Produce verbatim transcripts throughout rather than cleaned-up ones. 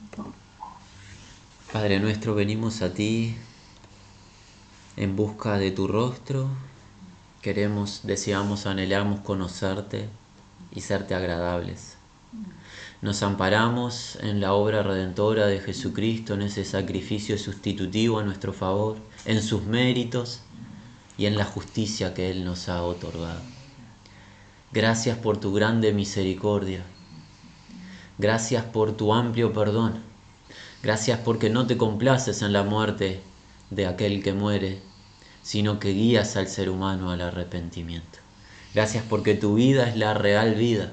Padre nuestro, venimos a ti en busca de tu rostro. Queremos, deseamos, anhelamos conocerte y serte agradables. Nos amparamos en la obra redentora de Jesucristo, en ese sacrificio sustitutivo a nuestro favor, en sus méritos y en la justicia que Él nos ha otorgado. Gracias por tu grande misericordia. Gracias por tu amplio perdón. Gracias porque no te complaces en la muerte de aquel que muere, sino que guías al ser humano al arrepentimiento. Gracias porque tu vida es la real vida.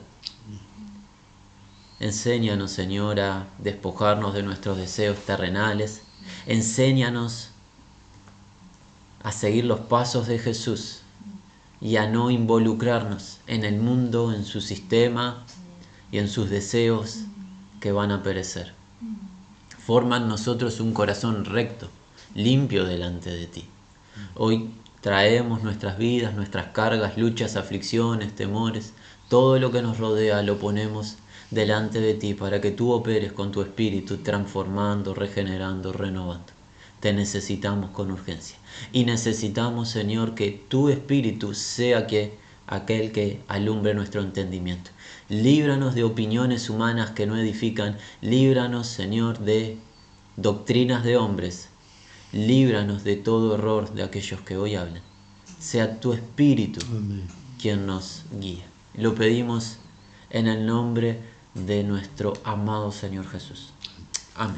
Enséñanos, Señor, a despojarnos de nuestros deseos terrenales. Enséñanos a seguir los pasos de Jesús y a no involucrarnos en el mundo, en su sistema y en sus deseos que van a perecer. Forma en nosotros un corazón recto, limpio delante de ti. Hoy traemos nuestras vidas, nuestras cargas, luchas, aflicciones, temores, todo lo que nos rodea lo ponemos delante de ti para que tú operes con tu espíritu, transformando, regenerando, renovando. Te necesitamos con urgencia. Y necesitamos, Señor, que tu espíritu sea que, aquel que alumbre nuestro entendimiento. Líbranos de opiniones humanas que no edifican. Líbranos, Señor, de doctrinas de hombres. Líbranos de todo error de aquellos que hoy hablan. Sea tu espíritu Amén. Quien nos guíe. Lo pedimos en el nombre de nuestro amado Señor Jesús. Amén.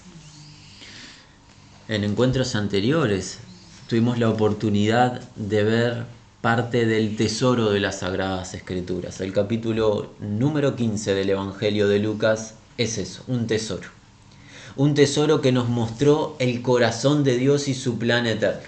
En encuentros anteriores tuvimos la oportunidad de ver parte del tesoro de las Sagradas Escrituras. El capítulo número quince del Evangelio de Lucas es eso, un tesoro. Un tesoro que nos mostró el corazón de Dios y su plan eterno.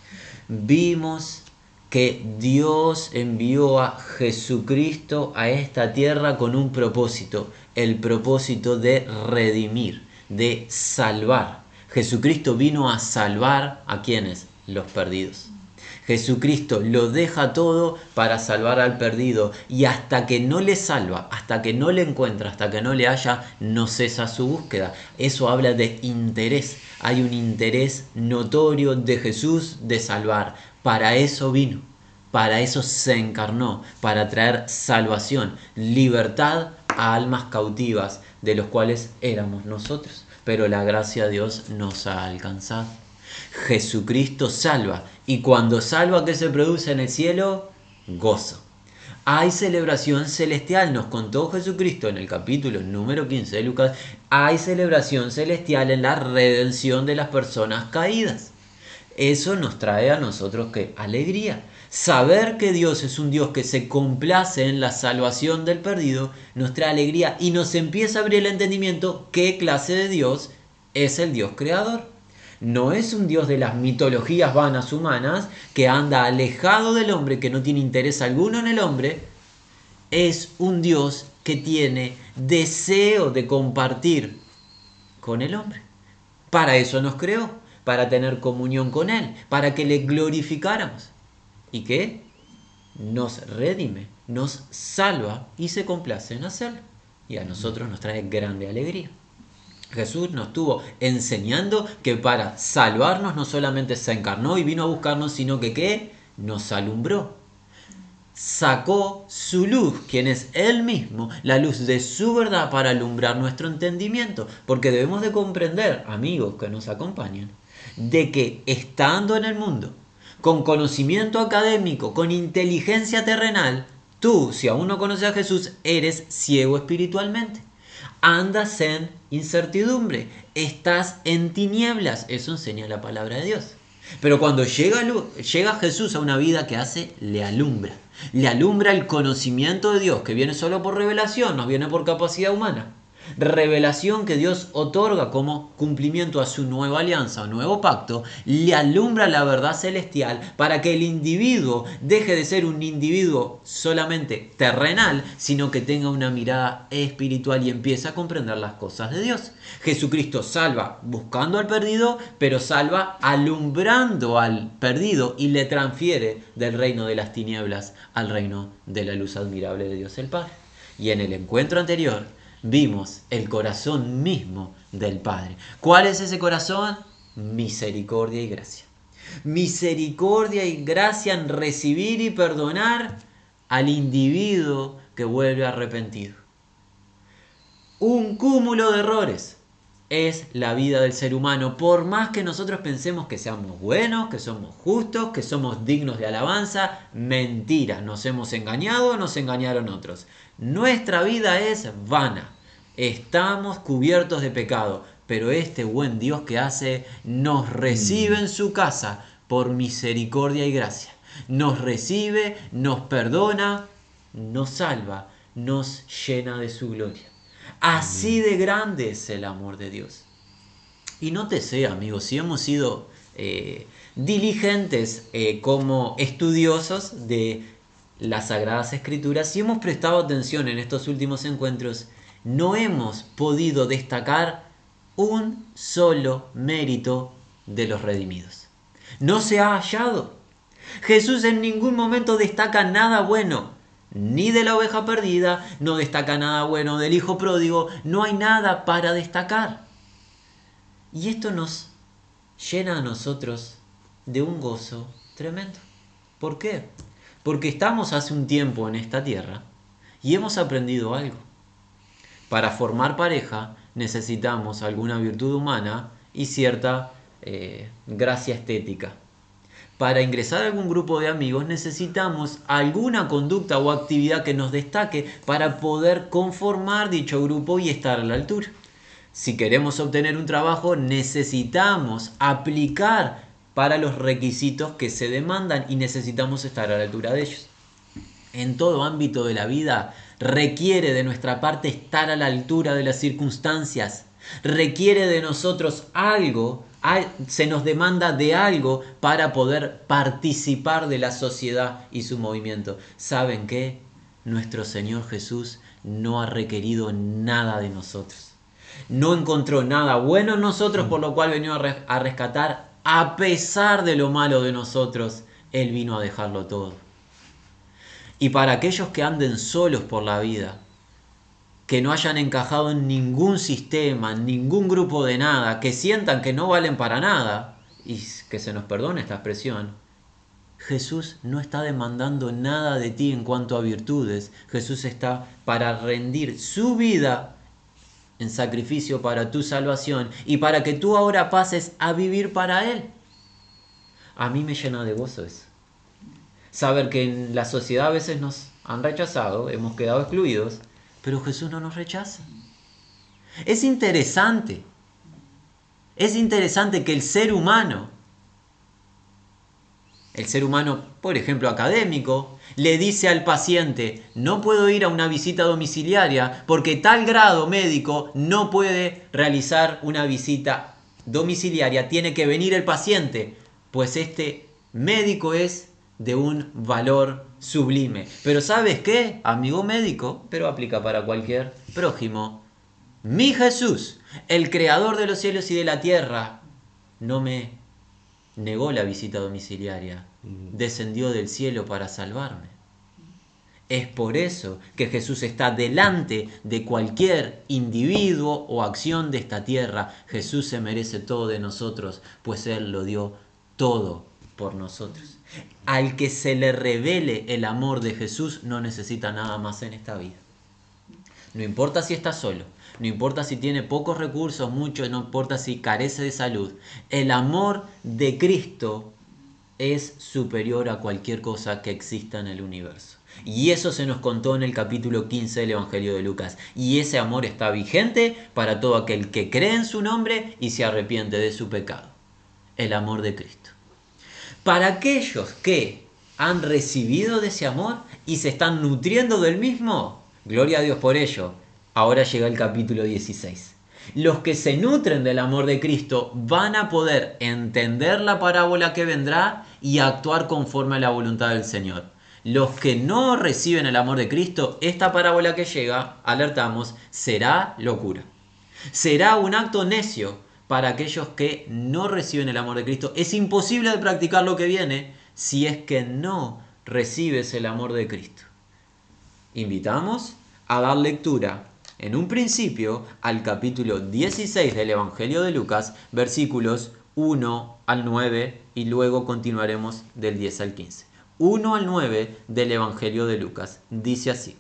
Vimos que Dios envió a Jesucristo a esta tierra con un propósito, el propósito de redimir, de salvar. Jesucristo vino a salvar a quienes, los perdidos. Jesucristo lo deja todo para salvar al perdido y hasta que no le salva, hasta que no le encuentra, hasta que no le haya, no cesa su búsqueda. Eso habla de interés. Hay un interés notorio de Jesús de salvar. Para eso vino, para eso se encarnó, para traer salvación, libertad a almas cautivas de los cuales éramos nosotros. Pero la gracia de Dios nos ha alcanzado. Jesucristo salva. Y cuando salva, ¿qué se produce en el cielo? Gozo. Hay celebración celestial, nos contó Jesucristo en el capítulo número quince de Lucas. Hay celebración celestial en la redención de las personas caídas. Eso nos trae a nosotros ¿qué? Alegría. Saber que Dios es un Dios que se complace en la salvación del perdido nos trae alegría y nos empieza a abrir el entendimiento qué clase de Dios es el Dios creador. No es un Dios de las mitologías vanas humanas que anda alejado del hombre, que no tiene interés alguno en el hombre. Es un Dios que tiene deseo de compartir con el hombre. Para eso nos creó, para tener comunión con Él, para que le glorificáramos. ¿Y qué? Nos redime, nos salva y se complace en hacerlo. Y a nosotros nos trae grande alegría. Jesús nos estuvo enseñando que para salvarnos no solamente se encarnó y vino a buscarnos, sino que ¿qué? Nos alumbró. Sacó su luz, quien es Él mismo, la luz de su verdad para alumbrar nuestro entendimiento. Porque debemos de comprender, amigos que nos acompañan, de que estando en el mundo, con conocimiento académico, con inteligencia terrenal, tú, si aún no conoces a Jesús, eres ciego espiritualmente. Andas en incertidumbre, estás en tinieblas, eso enseña la palabra de Dios. Pero cuando llega, llega Jesús a una vida que hace, le alumbra. Le alumbra el conocimiento de Dios, que viene solo por revelación, no viene por capacidad humana. Revelación que Dios otorga como cumplimiento a su nueva alianza, nuevo pacto, le alumbra la verdad celestial para que el individuo deje de ser un individuo solamente terrenal, sino que tenga una mirada espiritual y empiece a comprender las cosas de Dios. Jesucristo salva buscando al perdido, pero salva alumbrando al perdido y le transfiere del reino de las tinieblas al reino de la luz admirable de Dios el Padre. Y en el encuentro anterior vimos el corazón mismo del Padre. ¿Cuál es ese corazón? Misericordia y gracia. Misericordia y gracia en recibir y perdonar al individuo que vuelve arrepentido. Un cúmulo de errores es la vida del ser humano, por más que nosotros pensemos que seamos buenos, que somos justos, que somos dignos de alabanza. Mentira, nos hemos engañado, nos engañaron otros. Nuestra vida es vana, estamos cubiertos de pecado, pero este buen Dios que hace nos recibe en su casa por misericordia y gracia. Nos recibe, nos perdona, nos salva, nos llena de su gloria. Así de grande es el amor de Dios. Y nótese, amigos, si hemos sido eh, diligentes eh, como estudiosos de las Sagradas Escrituras, si hemos prestado atención en estos últimos encuentros, no hemos podido destacar un solo mérito de los redimidos. No se ha hallado. Jesús en ningún momento destaca nada bueno. Ni de la oveja perdida, no destaca nada bueno del hijo pródigo, no hay nada para destacar. Y esto nos llena a nosotros de un gozo tremendo. ¿Por qué? Porque estamos hace un tiempo en esta tierra y hemos aprendido algo. Para formar pareja necesitamos alguna virtud humana y cierta eh, gracia estética. Para ingresar a algún grupo de amigos necesitamos alguna conducta o actividad que nos destaque para poder conformar dicho grupo y estar a la altura. Si queremos obtener un trabajo necesitamos aplicar para los requisitos que se demandan y necesitamos estar a la altura de ellos. En todo ámbito de la vida requiere de nuestra parte estar a la altura de las circunstancias. Requiere de nosotros algo, se nos demanda de algo para poder participar de la sociedad y su movimiento. ¿Saben qué? Nuestro Señor Jesús no ha requerido nada de nosotros. No encontró nada bueno en nosotros, por lo cual vino a rescatar. A pesar de lo malo de nosotros, Él vino a dejarlo todo. Y para aquellos que anden solos por la vida, que no hayan encajado en ningún sistema, en ningún grupo de nada, que sientan que no valen para nada, y que se nos perdone esta expresión, Jesús no está demandando nada de ti en cuanto a virtudes. Jesús está para rendir su vida en sacrificio para tu salvación y para que tú ahora pases a vivir para Él. A mí me llena de gozo eso. Saber que en la sociedad a veces nos han rechazado, hemos quedado excluidos, pero Jesús no nos rechaza. Es interesante, es interesante que el ser humano, el ser humano, por ejemplo, académico, le dice al paciente, no puedo ir a una visita domiciliaria porque tal grado médico no puede realizar una visita domiciliaria, tiene que venir el paciente, pues este médico es de un valor sublime. Pero ¿sabes qué? Amigo médico, pero aplica para cualquier prójimo. Mi Jesús, el creador de los cielos y de la tierra, no me negó la visita domiciliaria. Descendió del cielo para salvarme. Es por eso que Jesús está delante de cualquier individuo o acción de esta tierra. Jesús se merece todo de nosotros, pues Él lo dio todo por nosotros. Al que se le revele el amor de Jesús no necesita nada más en esta vida. No importa si está solo, no importa si tiene pocos recursos, muchos, no importa si carece de salud. El amor de Cristo es superior a cualquier cosa que exista en el universo. Y eso se nos contó en el capítulo quince del Evangelio de Lucas. Y ese amor está vigente para todo aquel que cree en su nombre y se arrepiente de su pecado. El amor de Cristo. Para aquellos que han recibido de ese amor y se están nutriendo del mismo, gloria a Dios por ello. Ahora llega el capítulo dieciséis. Los que se nutren del amor de Cristo van a poder entender la parábola que vendrá y actuar conforme a la voluntad del Señor. Los que no reciben el amor de Cristo, esta parábola que llega, alertamos, será locura. Será un acto necio para aquellos que no reciben el amor de Cristo. Es imposible de practicar lo que viene si es que no recibes el amor de Cristo. Invitamos a dar lectura en un principio al capítulo dieciséis del Evangelio de Lucas, versículos uno al nueve, y luego continuaremos del diez al quince. uno al nueve del Evangelio de Lucas dice así: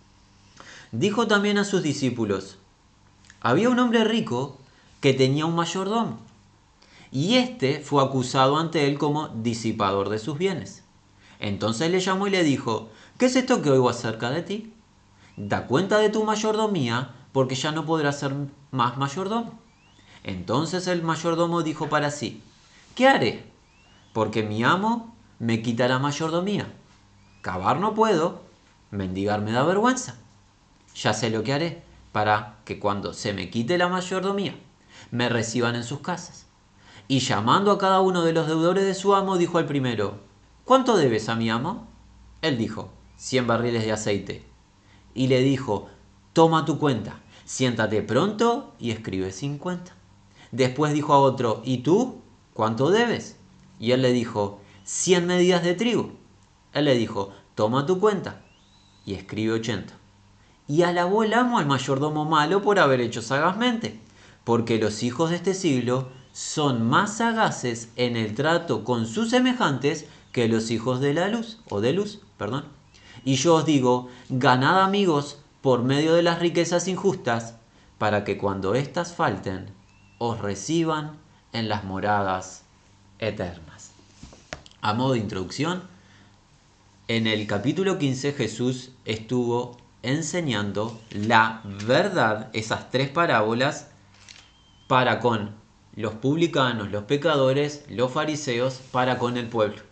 dijo también a sus discípulos: había un hombre rico que tenía un mayordomo, y éste fue acusado ante él como disipador de sus bienes. Entonces le llamó y le dijo: ¿qué es esto que oigo acerca de ti? Da cuenta de tu mayordomía, porque ya no podrás ser más mayordomo. Entonces el mayordomo dijo para sí: ¿qué haré? Porque mi amo me quita la mayordomía. Cavar no puedo, mendigar me da vergüenza. Ya sé lo que haré, para que cuando se me quite la mayordomía, me reciban en sus casas. Y llamando a cada uno de los deudores de su amo, dijo al primero: ¿cuánto debes a mi amo? Él dijo: cien barriles de aceite. Y le dijo: toma tu cuenta, siéntate pronto y escribe cincuenta. Después dijo a otro: ¿y tú? ¿Cuánto debes? Y él le dijo: cien medidas de trigo. Él le dijo: toma tu cuenta y escribe ochenta. Y alabó el amo al mayordomo malo por haber hecho sagazmente, porque los hijos de este siglo son más sagaces en el trato con sus semejantes que los hijos de la luz, o de luz, perdón. Y yo os digo: ganad amigos por medio de las riquezas injustas, para que cuando éstas falten, os reciban en las moradas eternas. A modo de introducción, en el capítulo quince Jesús estuvo enseñando la verdad, esas tres parábolas, para con los publicanos, los pecadores, los fariseos, para con el pueblo.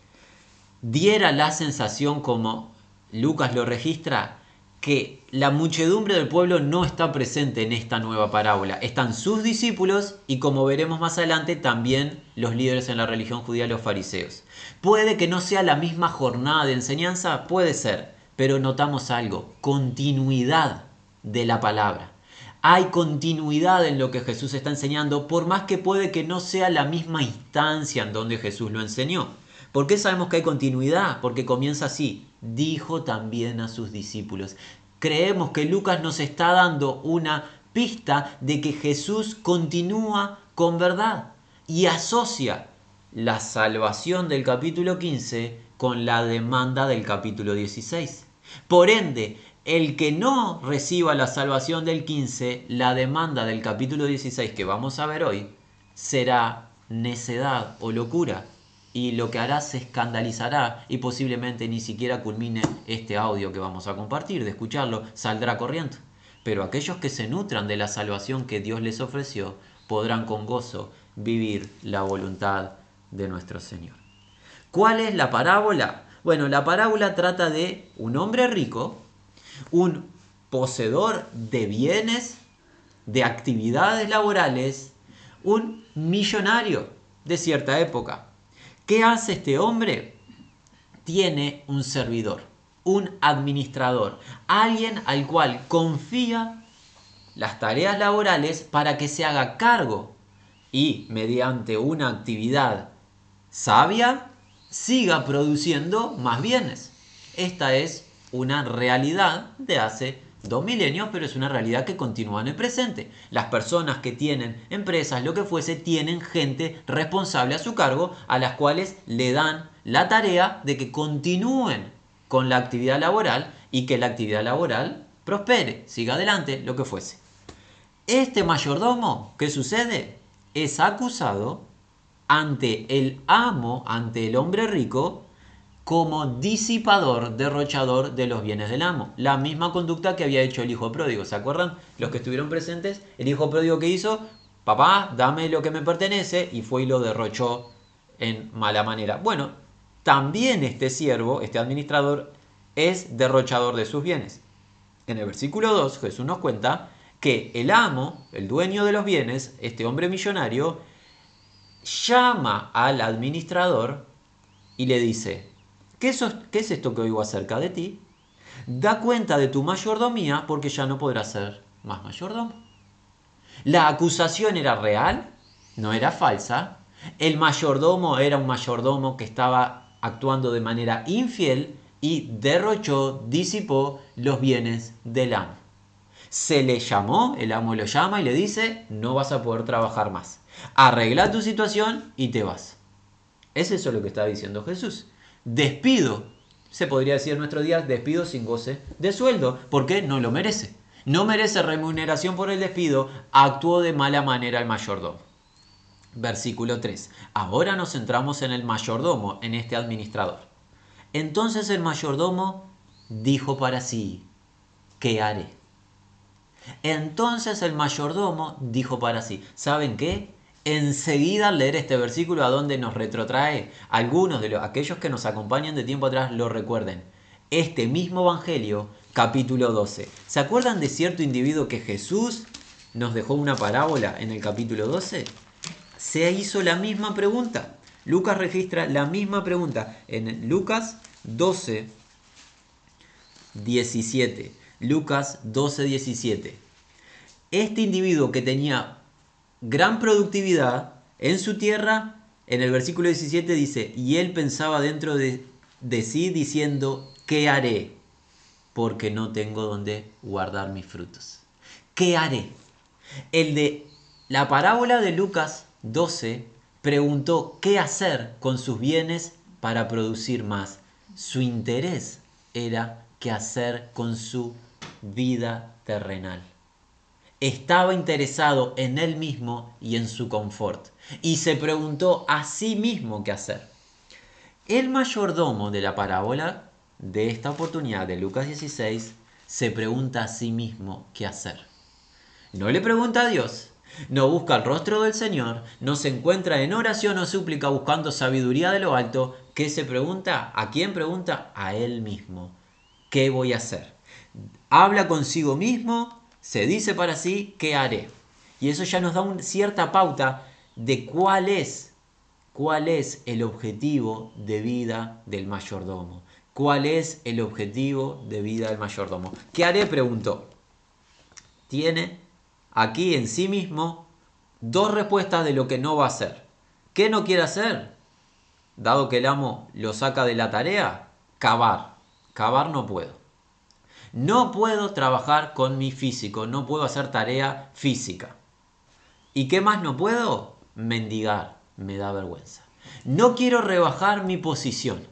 Diera la sensación, como Lucas lo registra, que la muchedumbre del pueblo no está presente en esta nueva parábola. Están sus discípulos y, como veremos más adelante, también los líderes en la religión judía, los fariseos. Puede que no sea la misma jornada de enseñanza, puede ser, pero notamos algo: continuidad de la palabra. Hay continuidad en lo que Jesús está enseñando, por más que puede que no sea la misma instancia en donde Jesús lo enseñó. ¿Por qué sabemos que hay continuidad? Porque comienza así: dijo también a sus discípulos. Creemos que Lucas nos está dando una pista de que Jesús continúa con verdad y asocia la salvación del capítulo quince con la demanda del capítulo dieciséis. Por ende, el que no reciba la salvación del quince, la demanda del capítulo dieciséis que vamos a ver hoy, será necedad o locura. Y lo que hará, se escandalizará y posiblemente ni siquiera culmine este audio que vamos a compartir. De escucharlo, saldrá corriendo. Pero aquellos que se nutran de la salvación que Dios les ofreció podrán con gozo vivir la voluntad de nuestro Señor. ¿Cuál es la parábola? Bueno, la parábola trata de un hombre rico, un poseedor de bienes, de actividades laborales, un millonario de cierta época. ¿Qué hace este hombre? Tiene un servidor, un administrador, alguien al cual confía las tareas laborales para que se haga cargo y, mediante una actividad sabia, siga produciendo más bienes. Esta es una realidad de hace dos milenios, pero es una realidad que continúa en el presente. Las personas que tienen empresas, lo que fuese, tienen gente responsable a su cargo, a las cuales le dan la tarea de que continúen con la actividad laboral y que la actividad laboral prospere, siga adelante, lo que fuese. Este mayordomo, ¿qué sucede? Es acusado ante el amo, ante el hombre rico, como disipador, derrochador de los bienes del amo. La misma conducta que había hecho el hijo pródigo. ¿Se acuerdan? Los que estuvieron presentes, el hijo pródigo que hizo: papá, dame lo que me pertenece, y fue y lo derrochó en mala manera. Bueno, también este siervo, este administrador, es derrochador de sus bienes. En el versículo dos, Jesús nos cuenta que el amo, el dueño de los bienes, este hombre millonario, llama al administrador y le dice: ¿Qué es, ¿Qué es esto que oigo acerca de ti? Da cuenta de tu mayordomía, porque ya no podrás ser más mayordomo. La acusación era real, no era falsa. El mayordomo era un mayordomo que estaba actuando de manera infiel y derrochó, disipó los bienes del amo. Se le llamó, el amo lo llama y le dice, no vas a poder trabajar más. Arregla tu situación y te vas. Es eso lo que está diciendo Jesús. Despido, se podría decir en nuestros días, despido sin goce de sueldo, porque no lo merece. No merece remuneración por el despido, actuó de mala manera el mayordomo. Versículo tres. Ahora nos centramos en el mayordomo, en este administrador. Entonces el mayordomo dijo para sí, ¿qué haré? Entonces el mayordomo dijo para sí, ¿saben qué? Enseguida al leer este versículo a donde nos retrotrae, algunos de los, aquellos que nos acompañan de tiempo atrás lo recuerden. Este mismo Evangelio, capítulo doce. ¿Se acuerdan de cierto individuo que Jesús nos dejó una parábola en el capítulo doce? Se hizo la misma pregunta. Lucas registra la misma pregunta en Lucas doce, diecisiete. Lucas doce, diecisiete. Este individuo que tenía gran productividad en su tierra, en el versículo diecisiete dice, y él pensaba dentro de, de sí diciendo, ¿qué haré? Porque no tengo donde guardar mis frutos. ¿Qué haré? El de la parábola de Lucas doce preguntó qué hacer con sus bienes para producir más. Su interés era qué hacer con su vida terrenal. Estaba interesado en él mismo y en su confort. Y se preguntó a sí mismo qué hacer. El mayordomo de la parábola, de esta oportunidad de Lucas dieciséis, se pregunta a sí mismo qué hacer. No le pregunta a Dios, no busca el rostro del Señor, no se encuentra en oración o súplica buscando sabiduría de lo alto. ¿Qué se pregunta? ¿A quién pregunta? A él mismo. ¿Qué voy a hacer? Habla consigo mismo, se dice para sí, ¿qué haré? Y eso ya nos da una cierta pauta de cuál es, cuál es el objetivo de vida del mayordomo. ¿Cuál es el objetivo de vida del mayordomo? ¿Qué haré? Preguntó. Tiene aquí en sí mismo dos respuestas de lo que no va a hacer. ¿Qué no quiere hacer? Dado que el amo lo saca de la tarea, cavar. Cavar no puedo. No puedo trabajar con mi físico, no puedo hacer tarea física. ¿Y qué más no puedo? Mendigar, me da vergüenza. No quiero rebajar mi posición.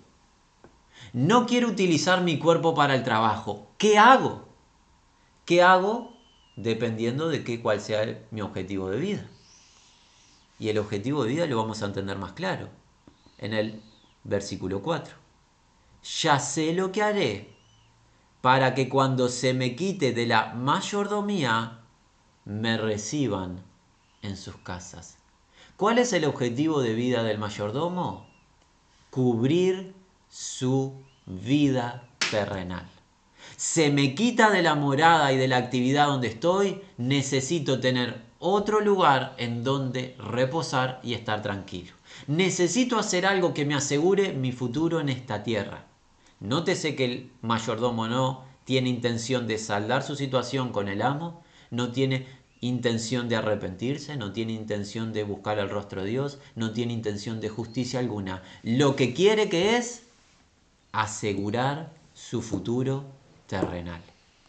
No quiero utilizar mi cuerpo para el trabajo. ¿Qué hago? ¿Qué hago? Dependiendo de qué, cuál sea el, mi objetivo de vida. Y el objetivo de vida lo vamos a entender más claro en el versículo cuatro. Ya sé lo que haré para que cuando se me quite de la mayordomía, me reciban en sus casas. ¿Cuál es el objetivo de vida del mayordomo? Cubrir su vida terrenal. Se me quita de la morada y de la actividad donde estoy, necesito tener otro lugar en donde reposar y estar tranquilo. Necesito hacer algo que me asegure mi futuro en esta tierra. Nótese que el mayordomo no tiene intención de saldar su situación con el amo, no tiene intención de arrepentirse, no tiene intención de buscar el rostro de Dios, no tiene intención de justicia alguna. Lo que quiere que es asegurar su futuro terrenal.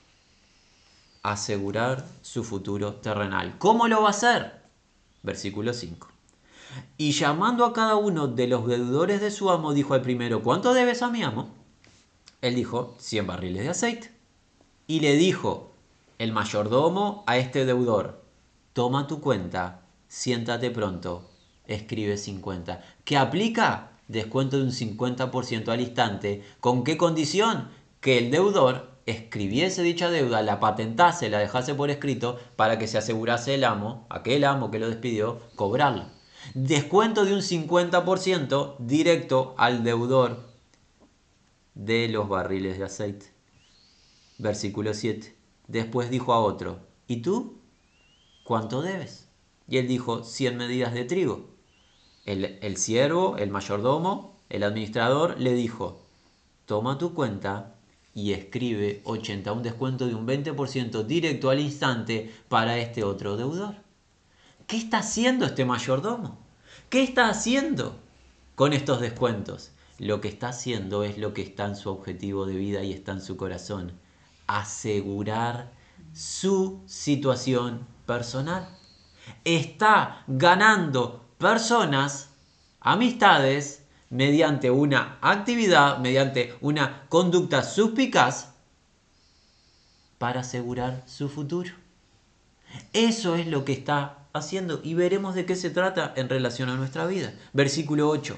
Asegurar su futuro terrenal. ¿Cómo lo va a hacer? Versículo cinco. Y llamando a cada uno de los deudores de su amo, dijo al primero, ¿cuánto debes a mi amo? Él dijo, cien barriles de aceite. Y le dijo el mayordomo a este deudor, toma tu cuenta, siéntate pronto, escribe cincuenta. ¿Qué aplica? Descuento de un cincuenta por ciento al instante. ¿Con qué condición? Que el deudor escribiese dicha deuda, la patentase, la dejase por escrito para que se asegurase el amo, aquel amo que lo despidió, cobrarlo. Descuento de un cincuenta por ciento directo al deudor de los barriles de aceite. Versículo siete. Después dijo a otro, ¿y tú? ¿Cuánto debes? Y él dijo, cien medidas de trigo. El, el siervo, el mayordomo, el administrador le dijo, toma tu cuenta y escribe ochenta, un descuento de un veinte por ciento directo al instante para este otro deudor. ¿Qué está haciendo este mayordomo? ¿Qué está haciendo con estos descuentos? Lo que está haciendo es lo que está en su objetivo de vida y está en su corazón. Asegurar su situación personal. Está ganando personas, amistades, mediante una actividad, mediante una conducta suspicaz para asegurar su futuro. Eso es lo que está haciendo y veremos de qué se trata en relación a nuestra vida. Versículo ocho.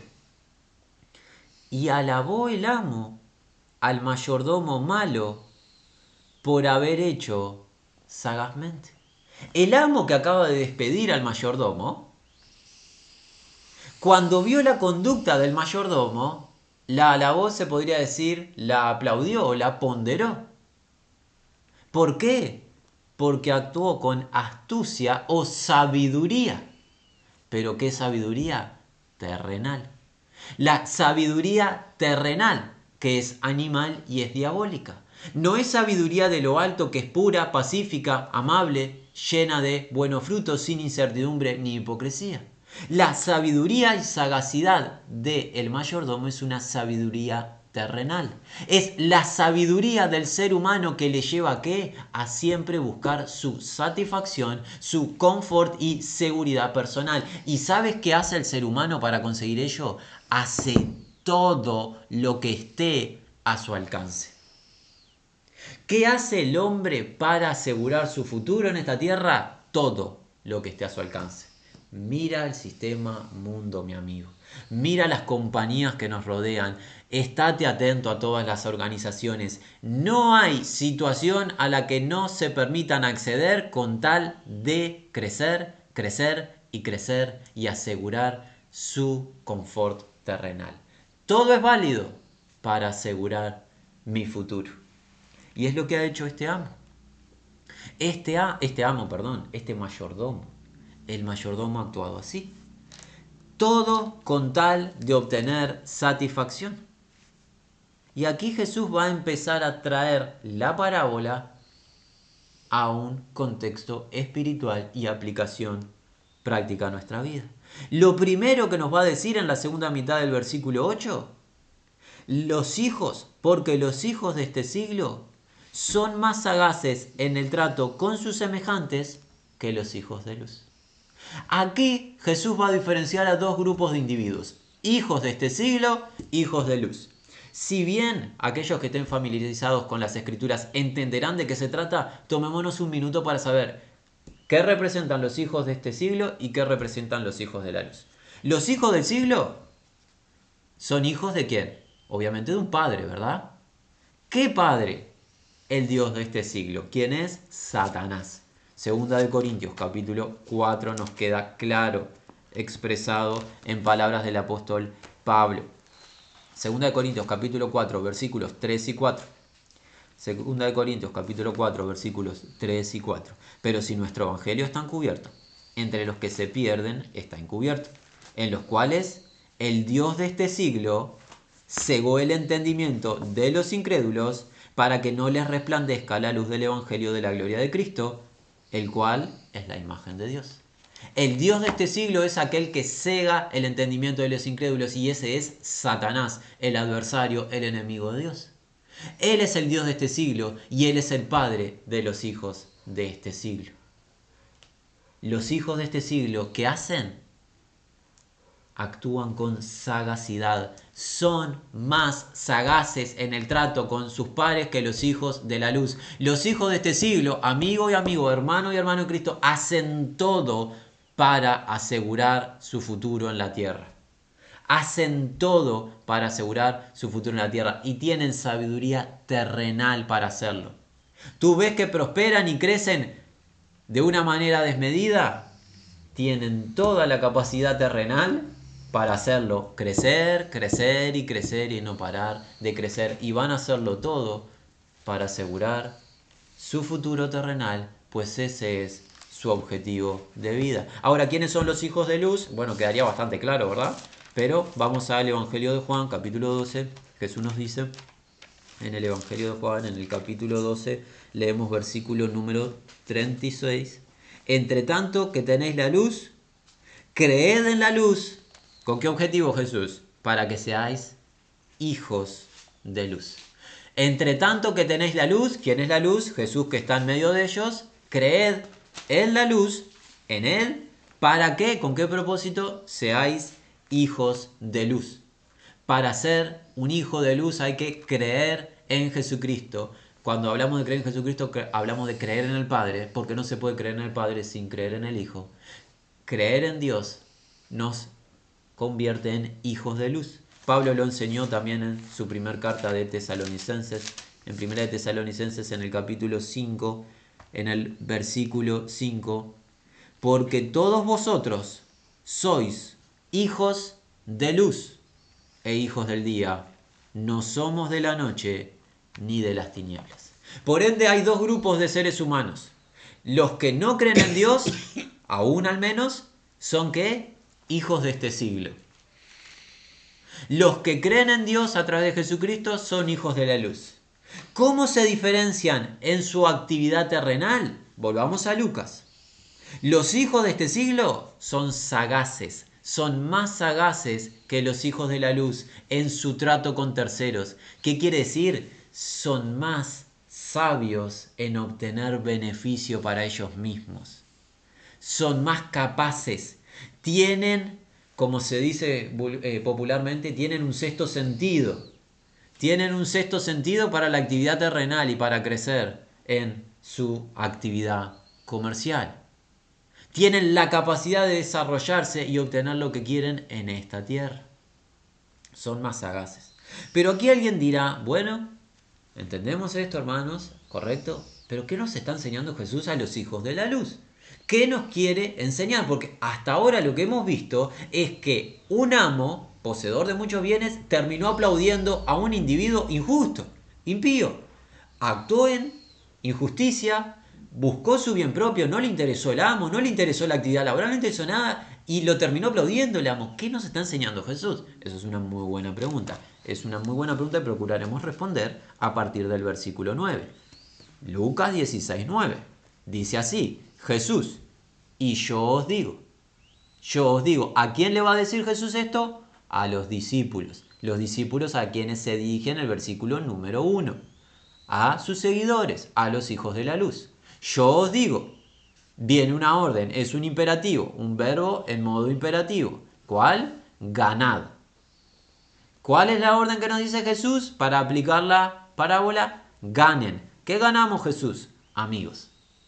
Y alabó el amo al mayordomo malo por haber hecho sagazmente. El amo que acaba de despedir al mayordomo, cuando vio la conducta del mayordomo, la alabó, se podría decir, la aplaudió, la ponderó. ¿Por qué? Porque actuó con astucia o sabiduría. ¿Pero qué sabiduría? Terrenal. La sabiduría terrenal, que es animal y es diabólica. No es sabiduría de lo alto, que es pura, pacífica, amable, llena de buenos frutos, sin incertidumbre ni hipocresía. La sabiduría y sagacidad del mayordomo es una sabiduría terrenal. Es la sabiduría del ser humano que le lleva a qué? A siempre buscar su satisfacción, su confort y seguridad personal. ¿Y sabes qué hace el ser humano para conseguir ello? Hace todo lo que esté a su alcance. ¿Qué hace el hombre para asegurar su futuro en esta tierra? Todo lo que esté a su alcance. Mira el sistema mundo, mi amigo. Mira las compañías que nos rodean. Estate atento a todas las organizaciones. No hay situación a la que no se permitan acceder con tal de crecer, crecer y crecer y asegurar su confort terrenal. Todo es válido para asegurar mi futuro. Y es lo que ha hecho este amo. Este, a, este amo, perdón, este mayordomo. El mayordomo ha actuado así. Todo con tal de obtener satisfacción. Y aquí Jesús va a empezar a traer la parábola a un contexto espiritual y aplicación práctica a nuestra vida. Lo primero que nos va a decir en la segunda mitad del versículo ocho, los hijos, porque los hijos de este siglo son más sagaces en el trato con sus semejantes que los hijos de luz. Aquí Jesús va a diferenciar a dos grupos de individuos, hijos de este siglo, hijos de luz. Si bien aquellos que estén familiarizados con las escrituras entenderán de qué se trata, tomémonos un minuto para saber qué representan los hijos de este siglo y qué representan los hijos de la luz. Los hijos del siglo son hijos de quién? Obviamente de un padre, ¿verdad? ¿Qué padre? El Dios de este siglo. ¿Quién es? Satanás. Segunda de Corintios, capítulo cuatro, nos queda claro, expresado en palabras del apóstol Pablo. Segunda de Corintios, capítulo cuatro, versículos tres y cuatro. Segunda de Corintios, capítulo cuatro, versículos tres y cuatro. Pero si nuestro evangelio está encubierto, entre los que se pierden está encubierto, en los cuales el Dios de este siglo cegó el entendimiento de los incrédulos para que no les resplandezca la luz del evangelio de la gloria de Cristo, el cual es la imagen de Dios. El Dios de este siglo es aquel que cega el entendimiento de los incrédulos, y ese es Satanás, el adversario, el enemigo de Dios. Él es el Dios de este siglo y Él es el Padre de los hijos de este siglo. Los hijos de este siglo, ¿qué hacen? Actúan con sagacidad. Son más sagaces en el trato con sus pares que los hijos de la luz. Los hijos de este siglo, amigo y amigo, hermano y hermano de Cristo, hacen todo para asegurar su futuro en la tierra. Hacen todo para asegurar su futuro en la tierra y tienen sabiduría terrenal para hacerlo. ¿Tú ves que prosperan y crecen de una manera desmedida? Tienen toda la capacidad terrenal para hacerlo crecer, crecer y crecer y no parar de crecer. Y van a hacerlo todo para asegurar su futuro terrenal, pues ese es su objetivo de vida. Ahora, ¿quiénes son los hijos de luz? Bueno, quedaría bastante claro, ¿verdad? Pero vamos al Evangelio de Juan, capítulo doce. Jesús nos dice, en el Evangelio de Juan, en el capítulo doce, leemos versículo número treinta y seis. Entre tanto que tenéis la luz, creed en la luz. ¿Con qué objetivo, Jesús? Para que seáis hijos de luz. Entre tanto que tenéis la luz, ¿quién es la luz? Jesús que está en medio de ellos. Creed en la luz, en Él. ¿Para qué? ¿Con qué propósito? Seáis hijos de luz. Para ser un hijo de luz hay que creer en Jesucristo. Cuando hablamos de creer en Jesucristo, hablamos de creer en el Padre, porque no se puede creer en el Padre sin creer en el Hijo. Creer en Dios nos convierte en hijos de luz. Pablo lo enseñó también en su primer carta de Tesalonicenses, en primera de Tesalonicenses en el capítulo cinco, en el versículo cinco, porque todos vosotros sois hijos de luz e hijos del día, no somos de la noche ni de las tinieblas. Por ende hay dos grupos de seres humanos. Los que no creen en Dios, aún al menos, son ¿qué? Hijos de este siglo. Los que creen en Dios a través de Jesucristo son hijos de la luz. ¿Cómo se diferencian en su actividad terrenal? Volvamos a Lucas. Los hijos de este siglo son sagaces, son más sagaces que los hijos de la luz en su trato con terceros. ¿Qué quiere decir? Son más sabios en obtener beneficio para ellos mismos. Son más capaces, tienen, como se dice eh, popularmente, tienen un sexto sentido. Tienen un sexto sentido para la actividad terrenal y para crecer en su actividad comercial. Tienen la capacidad de desarrollarse y obtener lo que quieren en esta tierra. Son más sagaces. Pero aquí alguien dirá, bueno, entendemos esto, hermanos, correcto, pero ¿qué nos está enseñando Jesús a los hijos de la luz? ¿Qué nos quiere enseñar? Porque hasta ahora lo que hemos visto es que un amo, poseedor de muchos bienes, terminó aplaudiendo a un individuo injusto, impío. Actuó en injusticia, buscó su bien propio, no le interesó el amo, no le interesó la actividad laboral, no le interesó nada y lo terminó aplaudiendo el amo. ¿Qué nos está enseñando Jesús? Eso es una muy buena pregunta. Es una muy buena pregunta y procuraremos responder a partir del versículo nueve. Lucas dieciséis, nueve. Dice así, Jesús, y yo os digo, yo os digo, ¿a quién le va a decir Jesús esto? A los discípulos. Los discípulos a quienes se dirige en el versículo número uno. A sus seguidores, a los hijos de la luz. Yo os digo, viene una orden, es un imperativo, un verbo en modo imperativo. ¿Cuál? Ganad. ¿Cuál es la orden que nos dice Jesús para aplicar la parábola? Ganen. ¿Qué ganamos, Jesús? Amigos.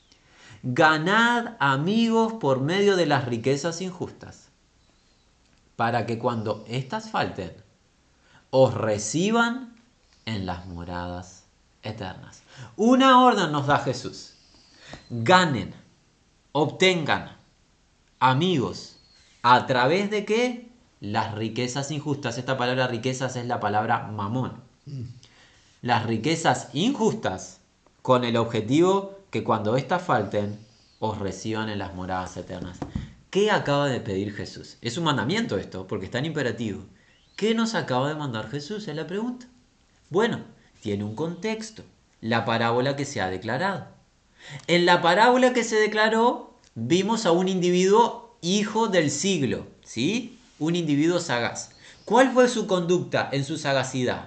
Ganad amigos por medio de las riquezas injustas, para que cuando éstas falten, os reciban en las moradas eternas. Una orden nos da Jesús. Ganen, obtengan amigos. ¿A través de qué? Las riquezas injustas. Esta palabra riquezas es la palabra mamón. Las riquezas injustas con el objetivo que cuando éstas falten, os reciban en las moradas eternas. ¿Qué acaba de pedir Jesús? Es un mandamiento esto, porque está en imperativo. ¿Qué nos acaba de mandar Jesús? Es la pregunta. Bueno, tiene un contexto. La parábola que se ha declarado. En la parábola que se declaró, vimos a un individuo hijo del siglo, ¿sí? Un individuo sagaz. ¿Cuál fue su conducta en su sagacidad?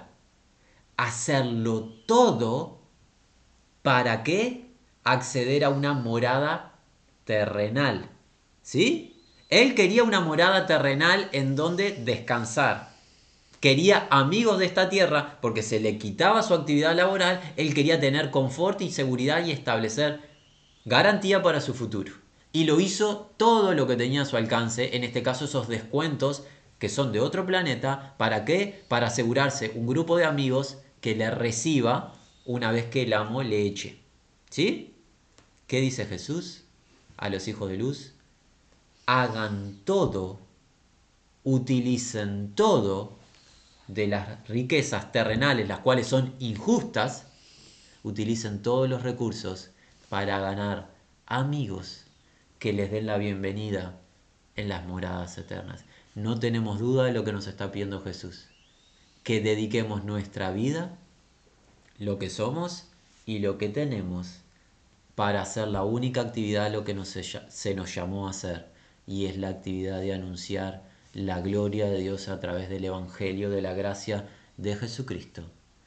Hacerlo todo. ¿Para qué? Acceder a una morada terrenal. ¿Sí? Él quería una morada terrenal en donde descansar. Quería amigos de esta tierra porque se le quitaba su actividad laboral. Él quería tener confort y seguridad y establecer garantía para su futuro. Y lo hizo todo lo que tenía a su alcance, en este caso esos descuentos que son de otro planeta. ¿Para qué? Para asegurarse un grupo de amigos que le reciba una vez que el amo le eche. ¿Sí? ¿Qué dice Jesús a los hijos de luz? Hagan todo, utilicen todo de las riquezas terrenales, las cuales son injustas, utilicen todos los recursos para ganar amigos que les den la bienvenida en las moradas eternas. No tenemos duda de lo que nos está pidiendo Jesús, que dediquemos nuestra vida, lo que somos y lo que tenemos, para hacer la única actividad a lo que nos se, se nos llamó a hacer, y es la actividad de anunciar la gloria de Dios a través del Evangelio de la gracia de Jesucristo.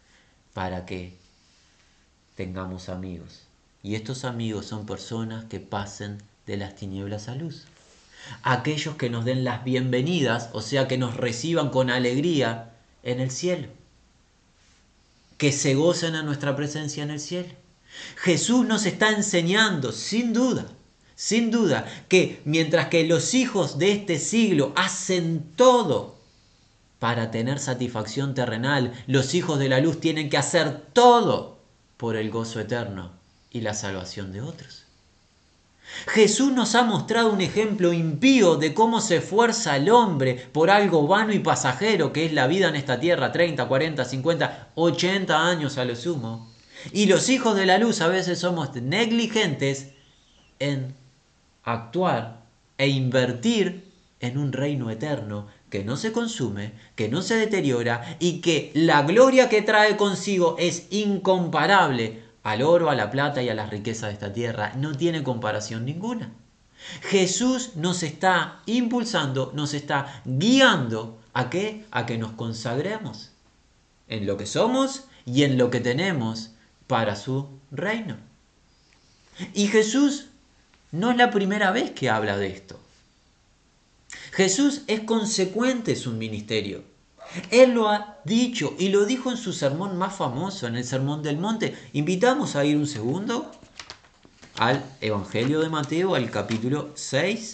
para que tengamos amigos. Y estos amigos son personas que pasen de las tinieblas a luz. Aquellos que nos den las bienvenidas, o sea, que nos reciban con alegría en el cielo. Que se gocen a nuestra presencia en el cielo. Jesús nos está enseñando, sin duda, sin duda, que mientras que los hijos de este siglo hacen todo para tener satisfacción terrenal, los hijos de la luz tienen que hacer todo por el gozo eterno y la salvación de otros. Jesús nos ha mostrado un ejemplo impío de cómo se esfuerza el hombre por algo vano y pasajero que es la vida en esta tierra, treinta, cuarenta, cincuenta, ochenta años a lo sumo. Y los hijos de la luz a veces somos negligentes en actuar e invertir en un reino eterno que no se consume, que no se deteriora y que la gloria que trae consigo es incomparable al oro, a la plata y a las riquezas de esta tierra. No tiene comparación ninguna. Jesús nos está impulsando, nos está guiando ¿a qué? A que nos consagremos en lo que somos y en lo que tenemos para su reino. Y Jesús no es la primera vez que habla de esto. Jesús es consecuente en su ministerio. Él lo ha dicho y lo dijo en su sermón más famoso, en el Sermón del Monte. Invitamos a ir un segundo al Evangelio de Mateo, al capítulo seis.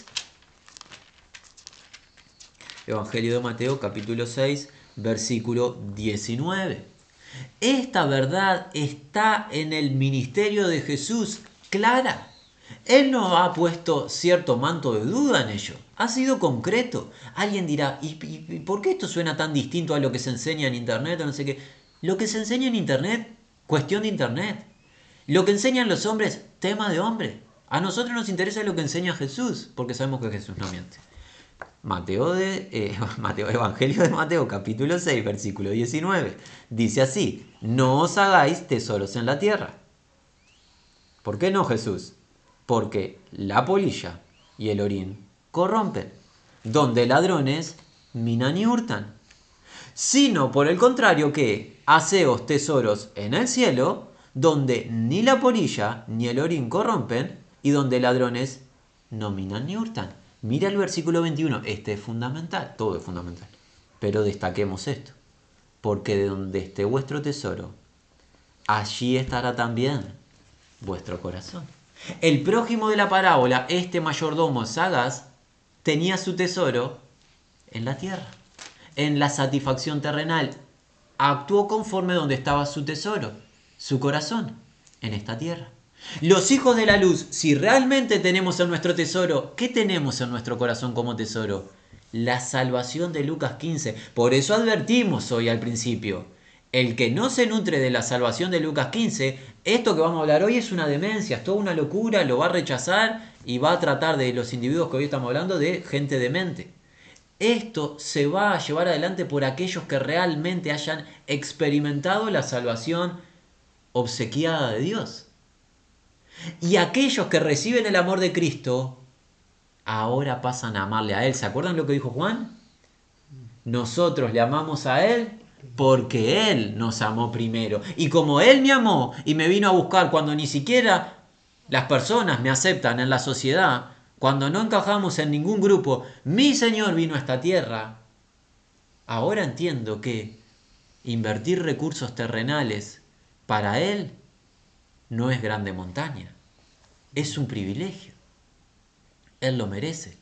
Evangelio de Mateo, capítulo seis, versículo diecinueve. Esta verdad está en el ministerio de Jesús clara. Él no ha puesto cierto manto de duda en ello. Ha sido concreto. Alguien dirá, ¿y, y por qué esto suena tan distinto a lo que se enseña en Internet o no sé qué? Lo que se enseña en Internet, cuestión de Internet. Lo que enseñan los hombres, tema de hombre. A nosotros nos interesa lo que enseña Jesús, porque sabemos que Jesús no miente. Mateo, de, eh, Mateo, Evangelio de Mateo, capítulo seis, versículo diecinueve. Dice así, no os hagáis tesoros en la tierra. ¿Por qué no, Jesús? Porque la polilla y el orín corrompen, donde ladrones minan y hurtan. Sino por el contrario que haceos tesoros en el cielo, donde ni la polilla ni el orín corrompen y donde ladrones no minan ni hurtan. Mira el versículo veintiuno, este es fundamental, todo es fundamental. Pero destaquemos esto, porque de donde esté vuestro tesoro, allí estará también vuestro corazón. El prójimo de la parábola, este mayordomo sagaz, tenía su tesoro en la tierra, en la satisfacción terrenal. Actuó conforme donde estaba su tesoro, su corazón, en esta tierra. Los hijos de la luz, si realmente tenemos en nuestro tesoro, ¿qué tenemos en nuestro corazón como tesoro? La salvación de Lucas quince. Por eso advertimos hoy al principio, el que no se nutre de la salvación de Lucas quince, esto que vamos a hablar hoy es una demencia, es toda una locura, lo va a rechazar y va a tratar de los individuos que hoy estamos hablando de gente demente. Esto se va a llevar adelante por aquellos que realmente hayan experimentado la salvación obsequiada de Dios. Y aquellos que reciben el amor de Cristo, ahora pasan a amarle a Él. ¿Se acuerdan lo que dijo Juan? Nosotros le amamos a Él porque Él nos amó primero. Y como Él me amó y me vino a buscar cuando ni siquiera las personas me aceptan en la sociedad, cuando no encajamos en ningún grupo, mi Señor vino a esta tierra. Ahora entiendo que invertir recursos terrenales para Él no es grande montaña, es un privilegio. Él lo merece.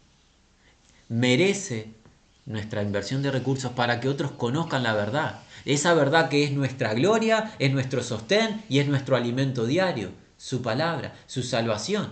Merece nuestra inversión de recursos para que otros conozcan la verdad. Esa verdad que es nuestra gloria, es nuestro sostén y es nuestro alimento diario. Su palabra, su salvación.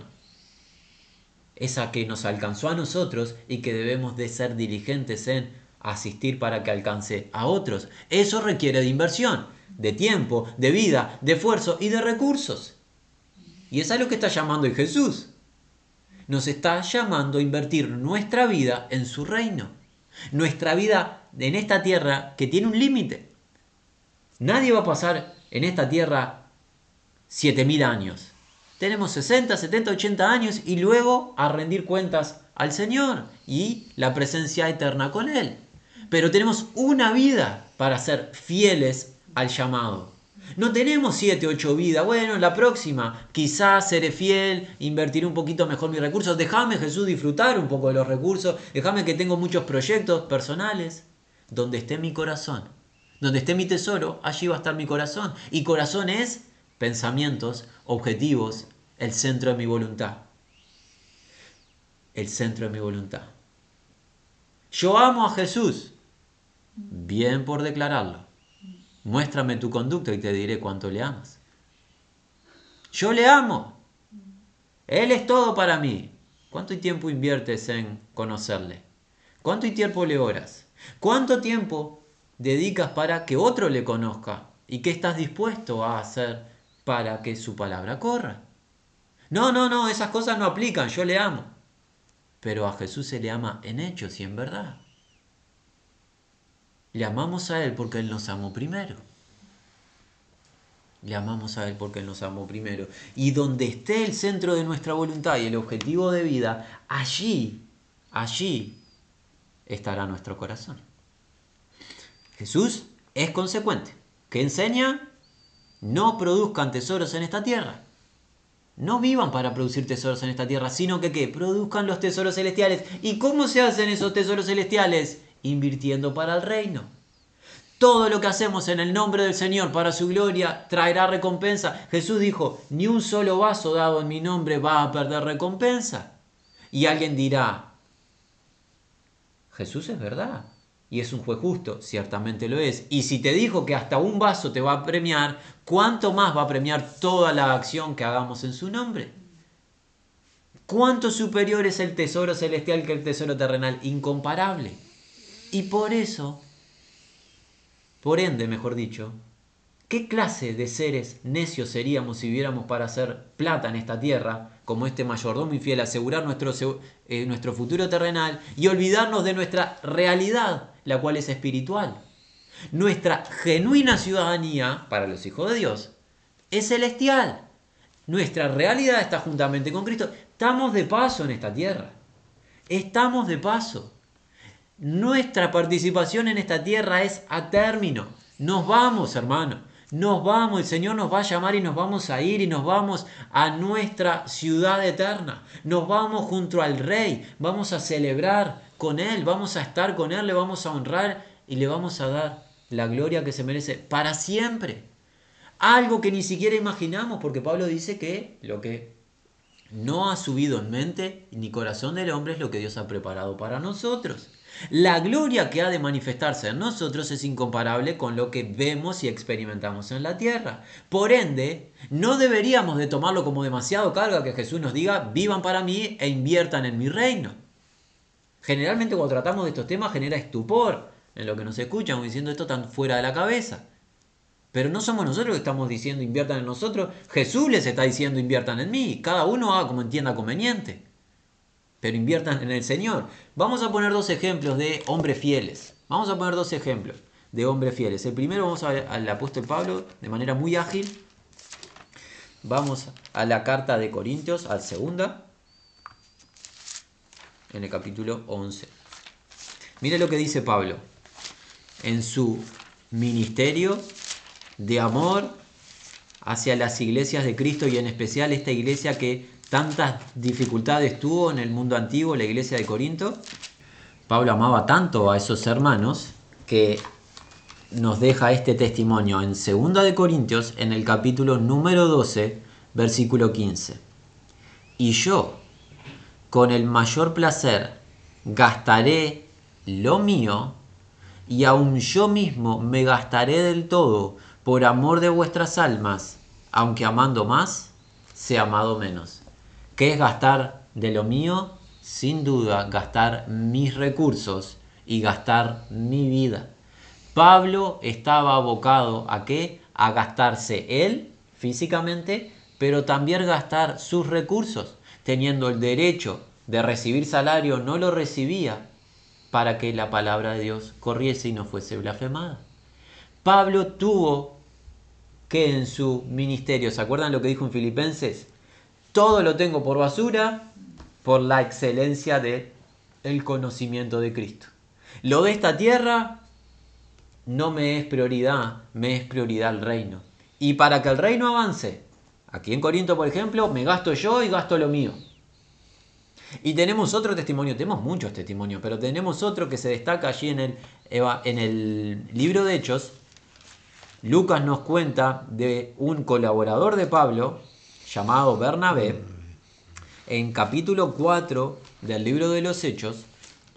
Esa que nos alcanzó a nosotros y que debemos de ser diligentes en asistir para que alcance a otros. Eso requiere de inversión, de tiempo, de vida, de esfuerzo y de recursos. Y eso es lo que está llamando hoy Jesús. Nos está llamando a invertir nuestra vida en su reino. Nuestra vida en esta tierra que tiene un límite. Nadie va a pasar en esta tierra siete mil años. Tenemos sesenta, setenta, ochenta años y luego a rendir cuentas al Señor y la presencia eterna con Él. Pero tenemos una vida para ser fieles al llamado. No tenemos siete, ocho vidas. Bueno, la próxima quizás seré fiel, invertiré un poquito mejor mis recursos. Déjame, Jesús, disfrutar un poco de los recursos. Déjame que tengo muchos proyectos personales. Donde esté mi corazón, donde esté mi tesoro, allí va a estar mi corazón. Y corazón es pensamientos, objetivos, el centro de mi voluntad. El centro de mi voluntad. Yo amo a Jesús. Bien por declararlo. Muéstrame tu conducta y te diré cuánto le amas. Yo le amo. Él es todo para mí. ¿Cuánto tiempo inviertes en conocerle? ¿Cuánto tiempo le oras? ¿Cuánto tiempo dedicas para que otro le conozca? ¿Y qué estás dispuesto a hacer para que su palabra corra? No, no, no, esas cosas no aplican. Yo le amo. Pero a Jesús se le ama en hechos y en verdad. Le amamos a Él porque Él nos amó primero. Le amamos a Él porque Él nos amó primero. Y donde esté el centro de nuestra voluntad y el objetivo de vida, allí, allí estará nuestro corazón. Jesús es consecuente. ¿Qué enseña? No produzcan tesoros en esta tierra. No vivan para producir tesoros en esta tierra, sino que ¿qué? Produzcan los tesoros celestiales. ¿Y cómo se hacen esos tesoros celestiales? Invirtiendo para el reino. Todo lo que hacemos en el nombre del Señor para su gloria traerá recompensa. Jesús dijo, ni un solo vaso dado en mi nombre va a perder recompensa. Y alguien dirá, Jesús es verdad y es un juez justo, ciertamente lo es. Y si te dijo que hasta un vaso te va a premiar, ¿cuánto más va a premiar toda la acción que hagamos en su nombre? ¿Cuánto superior es el tesoro celestial que el tesoro terrenal? Incomparable. Y por eso... Por ende, mejor dicho, ¿qué clase de seres necios seríamos si viviéramos para hacer plata en esta tierra, como este mayordomo infiel, asegurar nuestro, eh, nuestro futuro terrenal y olvidarnos de nuestra realidad, la cual es espiritual? Nuestra genuina ciudadanía, para los hijos de Dios, es celestial. Nuestra realidad está juntamente con Cristo. Estamos de paso en esta tierra. Estamos de paso. Nuestra participación en esta tierra es a término. Nos vamos, hermano. Nos vamos. El Señor nos va a llamar y nos vamos a ir y nos vamos a nuestra ciudad eterna. Nos vamos junto al Rey. Vamos a celebrar con Él. Vamos a estar con Él. Le vamos a honrar y le vamos a dar la gloria que se merece para siempre. Algo que ni siquiera imaginamos, porque Pablo dice que lo que no ha subido en mente ni corazón del hombre es lo que Dios ha preparado para nosotros. La gloria que ha de manifestarse en nosotros es incomparable con lo que vemos y experimentamos en la tierra. Por ende, no deberíamos de tomarlo como demasiado carga que Jesús nos diga, vivan para mí e inviertan en mi reino. Generalmente cuando tratamos de estos temas genera estupor en lo que nos escuchan, diciendo esto tan fuera de la cabeza. Pero no somos nosotros que estamos diciendo inviertan en nosotros. Jesús les está diciendo inviertan en mí. Cada uno haga como entienda conveniente. Pero inviertan en el Señor. Vamos a poner dos ejemplos de hombres fieles. Vamos a poner dos ejemplos de hombres fieles. El primero vamos a ver al apóstol Pablo de manera muy ágil. Vamos a la carta de Corintios, al segunda, en el capítulo once. Mire lo que dice Pablo en su ministerio de amor hacia las iglesias de Cristo y en especial esta iglesia que tantas dificultades tuvo en el mundo antiguo, la iglesia de Corinto. Pablo amaba tanto a esos hermanos que nos deja este testimonio en segunda de Corintios, en el capítulo número doce, versículo quince. Y yo, con el mayor placer, gastaré lo mío, y aun yo mismo me gastaré del todo por amor de vuestras almas, aunque amando más, sea amado menos. ¿Qué es gastar de lo mío? Sin duda, gastar mis recursos y gastar mi vida. Pablo estaba abocado ¿a qué? A gastarse él físicamente, pero también gastar sus recursos. Teniendo el derecho de recibir salario, no lo recibía para que la palabra de Dios corriese y no fuese blasfemada. Pablo tuvo que en su ministerio, ¿se acuerdan lo que dijo en Filipenses? Todo lo tengo por basura por la excelencia del conocimiento de Cristo. Lo de esta tierra no me es prioridad, me es prioridad el reino. Y para que el reino avance, aquí en Corinto, por ejemplo, me gasto yo y gasto lo mío. Y tenemos otro testimonio, tenemos muchos testimonios, pero tenemos otro que se destaca allí en el, en el libro de Hechos. Lucas nos cuenta de un colaborador de Pablo llamado Bernabé. En capítulo cuatro del libro de los Hechos,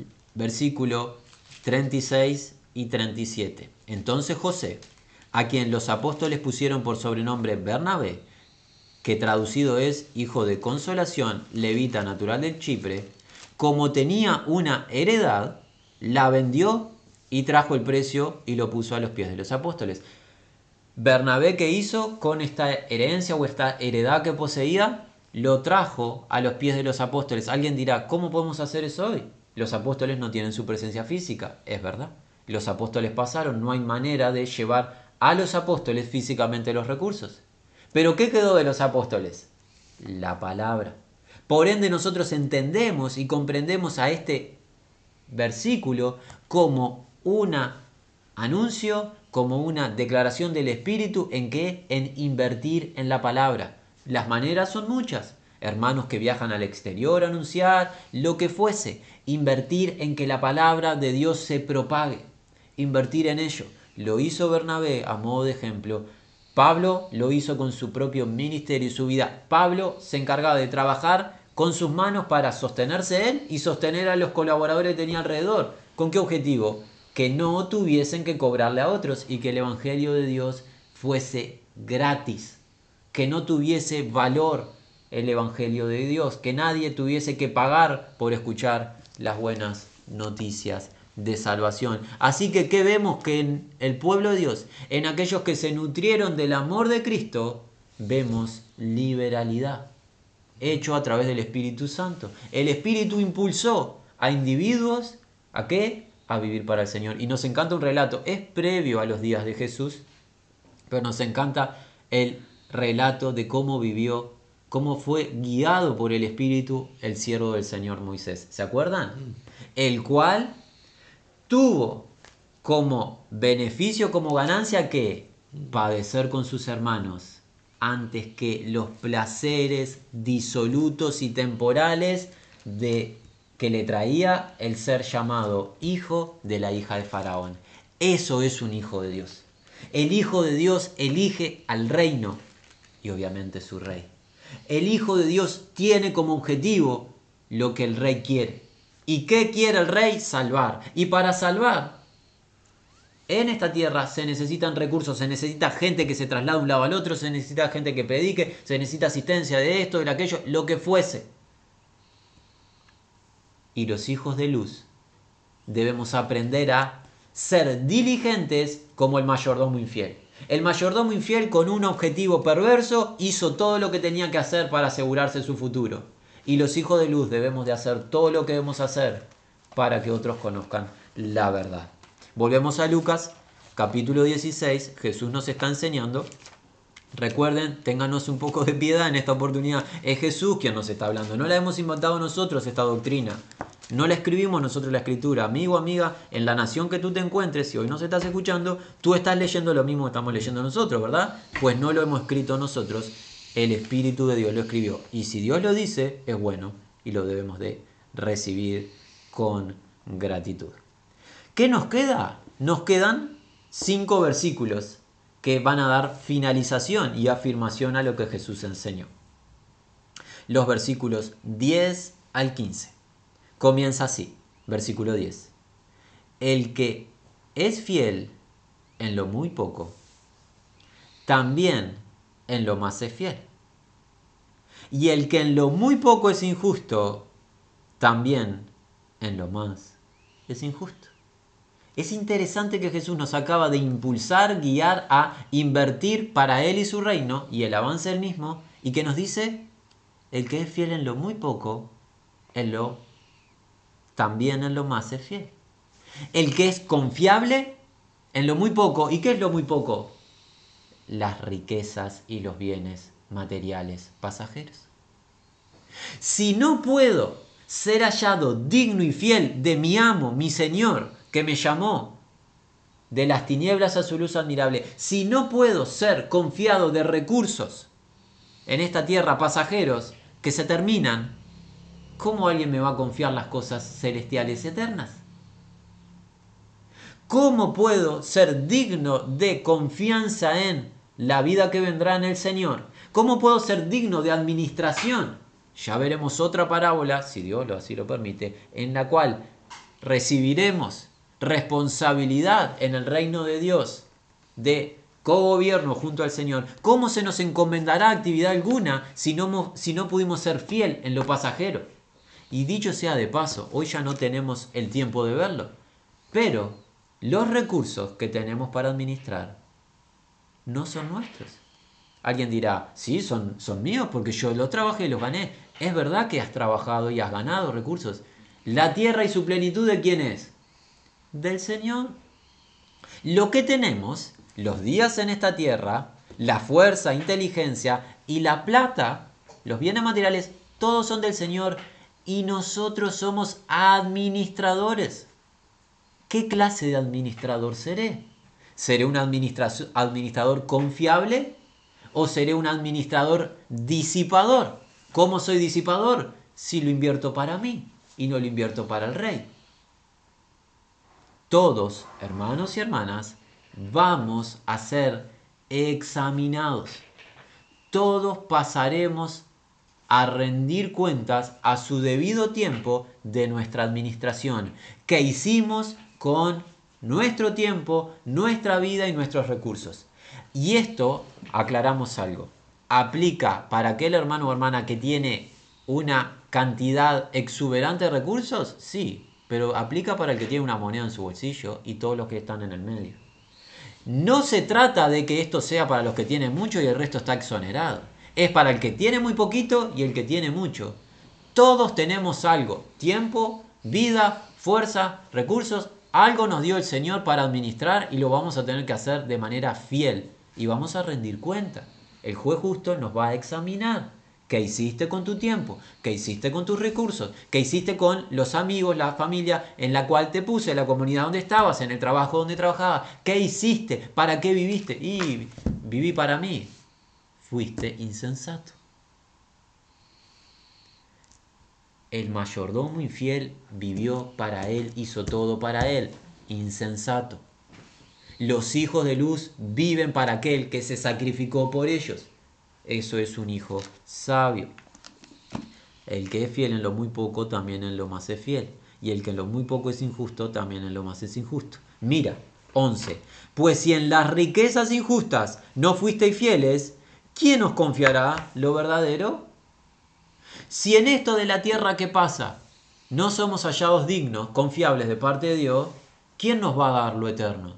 versículo treinta y seis y treinta y siete. Entonces José, a quien los apóstoles pusieron por sobrenombre Bernabé, que traducido es hijo de consolación, levita natural de Chipre, como tenía una heredad, la vendió y trajo el precio y lo puso a los pies de los apóstoles. Bernabé, ¿qué hizo con esta herencia o esta heredad que poseía? Lo trajo a los pies de los apóstoles. Alguien dirá, ¿cómo podemos hacer eso hoy? Los apóstoles no tienen su presencia física, es verdad. Los apóstoles pasaron, no hay manera de llevar a los apóstoles físicamente los recursos. ¿Pero qué quedó de los apóstoles? La palabra. Por ende nosotros entendemos y comprendemos a este versículo como un anuncio, como una declaración del Espíritu en que en invertir en la palabra. Las maneras son muchas. Hermanos que viajan al exterior a anunciar, lo que fuese. Invertir en que la palabra de Dios se propague. Invertir en ello. Lo hizo Bernabé a modo de ejemplo. Pablo lo hizo con su propio ministerio y su vida. Pablo se encargaba de trabajar con sus manos para sostenerse él y sostener a los colaboradores que tenía alrededor. ¿Con qué objetivo? Que no tuviesen que cobrarle a otros y que el Evangelio de Dios fuese gratis. Que no tuviese valor el Evangelio de Dios. Que nadie tuviese que pagar por escuchar las buenas noticias de salvación. Así que, ¿qué vemos? Que en el pueblo de Dios, en aquellos que se nutrieron del amor de Cristo, vemos liberalidad, hecho a través del Espíritu Santo. El Espíritu impulsó a individuos, ¿a qué? A vivir para el Señor. Y nos encanta un relato, es previo a los días de Jesús, pero nos encanta el relato de cómo vivió, cómo fue guiado por el Espíritu el siervo del Señor Moisés. ¿Se acuerdan? El cual tuvo como beneficio, como ganancia, que padecer con sus hermanos antes que los placeres disolutos y temporales de que le traía el ser llamado hijo de la hija de Faraón. Eso es un hijo de Dios. El hijo de Dios elige al reino y obviamente su rey. El hijo de Dios tiene como objetivo lo que el rey quiere. ¿Y qué quiere el rey? Salvar. Y para salvar, en esta tierra se necesitan recursos, se necesita gente que se traslade de un lado al otro, se necesita gente que predique, se necesita asistencia de esto, de aquello, lo que fuese. Y los hijos de luz debemos aprender a ser diligentes como el mayordomo infiel. El mayordomo infiel, con un objetivo perverso, hizo todo lo que tenía que hacer para asegurarse su futuro. Y los hijos de luz debemos de hacer todo lo que debemos hacer para que otros conozcan la verdad. Volvemos a Lucas, capítulo dieciséis. Jesús nos está enseñando. Recuerden, ténganos un poco de piedad en esta oportunidad. Es Jesús quien nos está hablando. No la hemos inventado nosotros esta doctrina. No la escribimos nosotros la escritura. Amigo, amiga, en la nación que tú te encuentres, si hoy nos estás escuchando, tú estás leyendo lo mismo que estamos leyendo nosotros, ¿verdad? Pues no lo hemos escrito nosotros. El Espíritu de Dios lo escribió. Y si Dios lo dice, es bueno y lo debemos de recibir con gratitud. ¿Qué nos queda? Nos quedan cinco versículos que van a dar finalización y afirmación a lo que Jesús enseñó. Los versículos diez al quince. Comienza así, versículo diez. El que es fiel en lo muy poco, también en lo más es fiel. Y el que en lo muy poco es injusto, también en lo más es injusto. Es interesante que Jesús nos acaba de impulsar, guiar a invertir para Él y su reino y el avance del mismo, y que nos dice, el que es fiel en lo muy poco, en lo, también en lo más es fiel. El que es confiable en lo muy poco, ¿y qué es lo muy poco? Las riquezas y los bienes materiales pasajeros. Si no puedo ser hallado digno y fiel de mi amo, mi Señor, que me llamó de las tinieblas a su luz admirable. Si no puedo ser confiado de recursos en esta tierra pasajeros que se terminan, ¿cómo alguien me va a confiar las cosas celestiales eternas? ¿Cómo puedo ser digno de confianza en la vida que vendrá en el Señor? ¿Cómo puedo ser digno de administración? Ya veremos otra parábola, si Dios lo así lo permite, en la cual recibiremos responsabilidad en el reino de Dios de cogobierno junto al Señor. ¿Cómo se nos encomendará actividad alguna si no, si no pudimos ser fiel en lo pasajero? Y dicho sea de paso, hoy ya no tenemos el tiempo de verlo, pero los recursos que tenemos para administrar no son nuestros. Alguien dirá, sí, son, son míos porque yo los trabajé y los gané. Es verdad que has trabajado y has ganado recursos. La tierra y su plenitud, ¿de quién es? Del Señor. Lo que tenemos, los días en esta tierra, la fuerza, inteligencia y la plata, los bienes materiales, todos son del Señor y nosotros somos administradores. ¿Qué clase de administrador seré? ¿Seré un administra- administrador confiable o seré un administrador disipador? ¿Cómo soy disipador? Si lo invierto para mí y no lo invierto para el rey. Todos, hermanos y hermanas, vamos a ser examinados. Todos pasaremos a rendir cuentas a su debido tiempo de nuestra administración. ¿Qué hicimos con nuestro tiempo, nuestra vida y nuestros recursos? Y esto, aclaramos algo, ¿aplica para aquel hermano o hermana que tiene una cantidad exuberante de recursos? Sí, pero aplica para el que tiene una moneda en su bolsillo y todos los que están en el medio. No se trata de que esto sea para los que tienen mucho y el resto está exonerado. Es para el que tiene muy poquito y el que tiene mucho. Todos tenemos algo, tiempo, vida, fuerza, recursos. Algo nos dio el Señor para administrar y lo vamos a tener que hacer de manera fiel. Y vamos a rendir cuenta. El juez justo nos va a examinar. ¿Qué hiciste con tu tiempo? ¿Qué hiciste con tus recursos? ¿Qué hiciste con los amigos, la familia en la cual te puse, la comunidad donde estabas, en el trabajo donde trabajabas? ¿Qué hiciste? ¿Para qué viviste? Y viví para mí. Fuiste insensato. El mayordomo infiel vivió para él, hizo todo para él. Insensato. Los hijos de luz viven para aquel que se sacrificó por ellos. Eso es un hijo sabio. El que es fiel en lo muy poco, también en lo más es fiel. Y el que en lo muy poco es injusto, también en lo más es injusto. Mira, once. Pues si en las riquezas injustas no fuisteis fieles, ¿quién os confiará lo verdadero? Si en esto de la tierra que pasa no somos hallados dignos, confiables de parte de Dios, ¿quién nos va a dar lo eterno?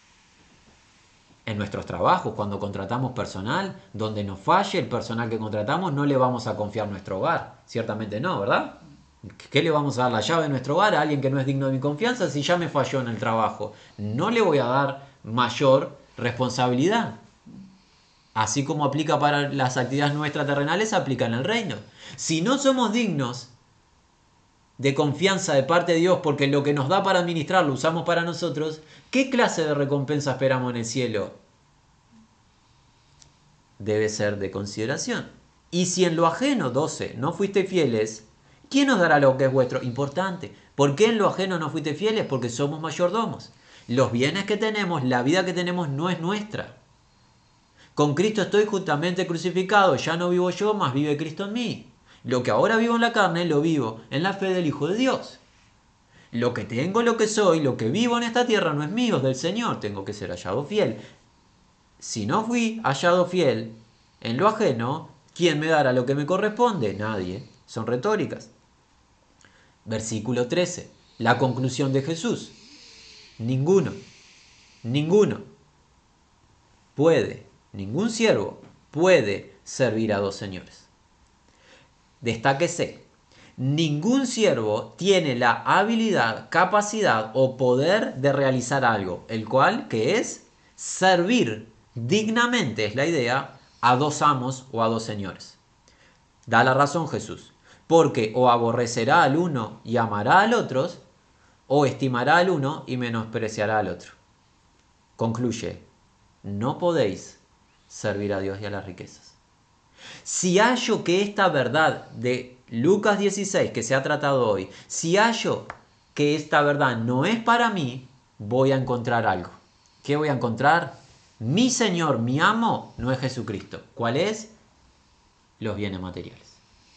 En nuestros trabajos, cuando contratamos personal, donde nos falle el personal que contratamos, no le vamos a confiar nuestro hogar. Ciertamente no, ¿verdad? ¿Qué le vamos a dar la llave de nuestro hogar a alguien que no es digno de mi confianza si ya me falló en el trabajo? No le voy a dar mayor responsabilidad. Así como aplica para las actividades nuestras terrenales, aplica en el reino. Si no somos dignos de confianza de parte de Dios porque lo que nos da para administrar lo usamos para nosotros, ¿qué clase de recompensa esperamos en el cielo? Debe ser de consideración. Y si en lo ajeno, doce, no fuiste fieles, ¿quién nos dará lo que es vuestro? Importante. ¿Por qué en lo ajeno no fuiste fieles? Porque somos mayordomos. Los bienes que tenemos, la vida que tenemos no es nuestra. Con Cristo estoy justamente crucificado, ya no vivo yo, mas vive Cristo en mí. Lo que ahora vivo en la carne, lo vivo en la fe del Hijo de Dios. Lo que tengo, lo que soy, lo que vivo en esta tierra no es mío, es del Señor. Tengo que ser hallado fiel. Si no fui hallado fiel en lo ajeno, ¿quién me dará lo que me corresponde? Nadie. Son retóricas. Versículo trece. La conclusión de Jesús. Ninguno. Ninguno puede, ningún siervo puede servir a dos señores. Destáquese. Ningún siervo tiene la habilidad, capacidad o poder de realizar algo, el cual, que es servir dignamente, es la idea, a dos amos o a dos señores. Da la razón Jesús, porque o aborrecerá al uno y amará al otro, o estimará al uno y menospreciará al otro. concluye, no podéis servir a Dios y a las riquezas. Si hallo que esta verdad de Lucas dieciséis que se ha tratado hoy, si hallo que esta verdad no es para mí, voy a encontrar algo. ¿Qué voy a encontrar? Mi Señor, mi amo, no es Jesucristo. ¿Cuál es? Los bienes materiales.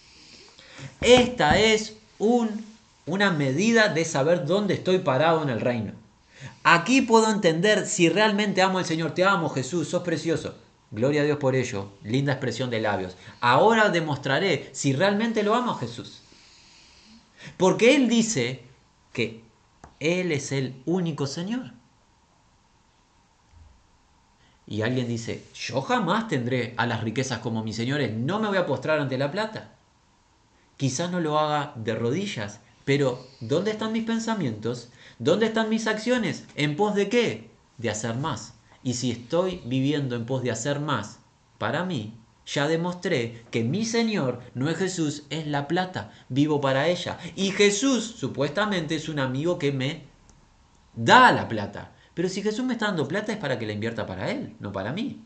Esta es un, una medida de saber dónde estoy parado en el reino. Aquí puedo entender si realmente amo al Señor. Te amo, Jesús, sos precioso. Gloria a Dios por ello. Linda expresión de labios. Ahora demostraré si realmente lo amo a Jesús. Porque Él dice que Él es el único Señor. Y alguien dice, yo jamás tendré a las riquezas como mis señores, no me voy a postrar ante la plata. Quizás no lo haga de rodillas, pero ¿dónde están mis pensamientos? ¿Dónde están mis acciones? ¿En pos de qué? De hacer más. Y si estoy viviendo en pos de hacer más, para mí, ya demostré que mi Señor no es Jesús, es la plata. Vivo para ella. Y Jesús supuestamente es un amigo que me da la plata. Pero si Jesús me está dando plata es para que la invierta para Él, no para mí.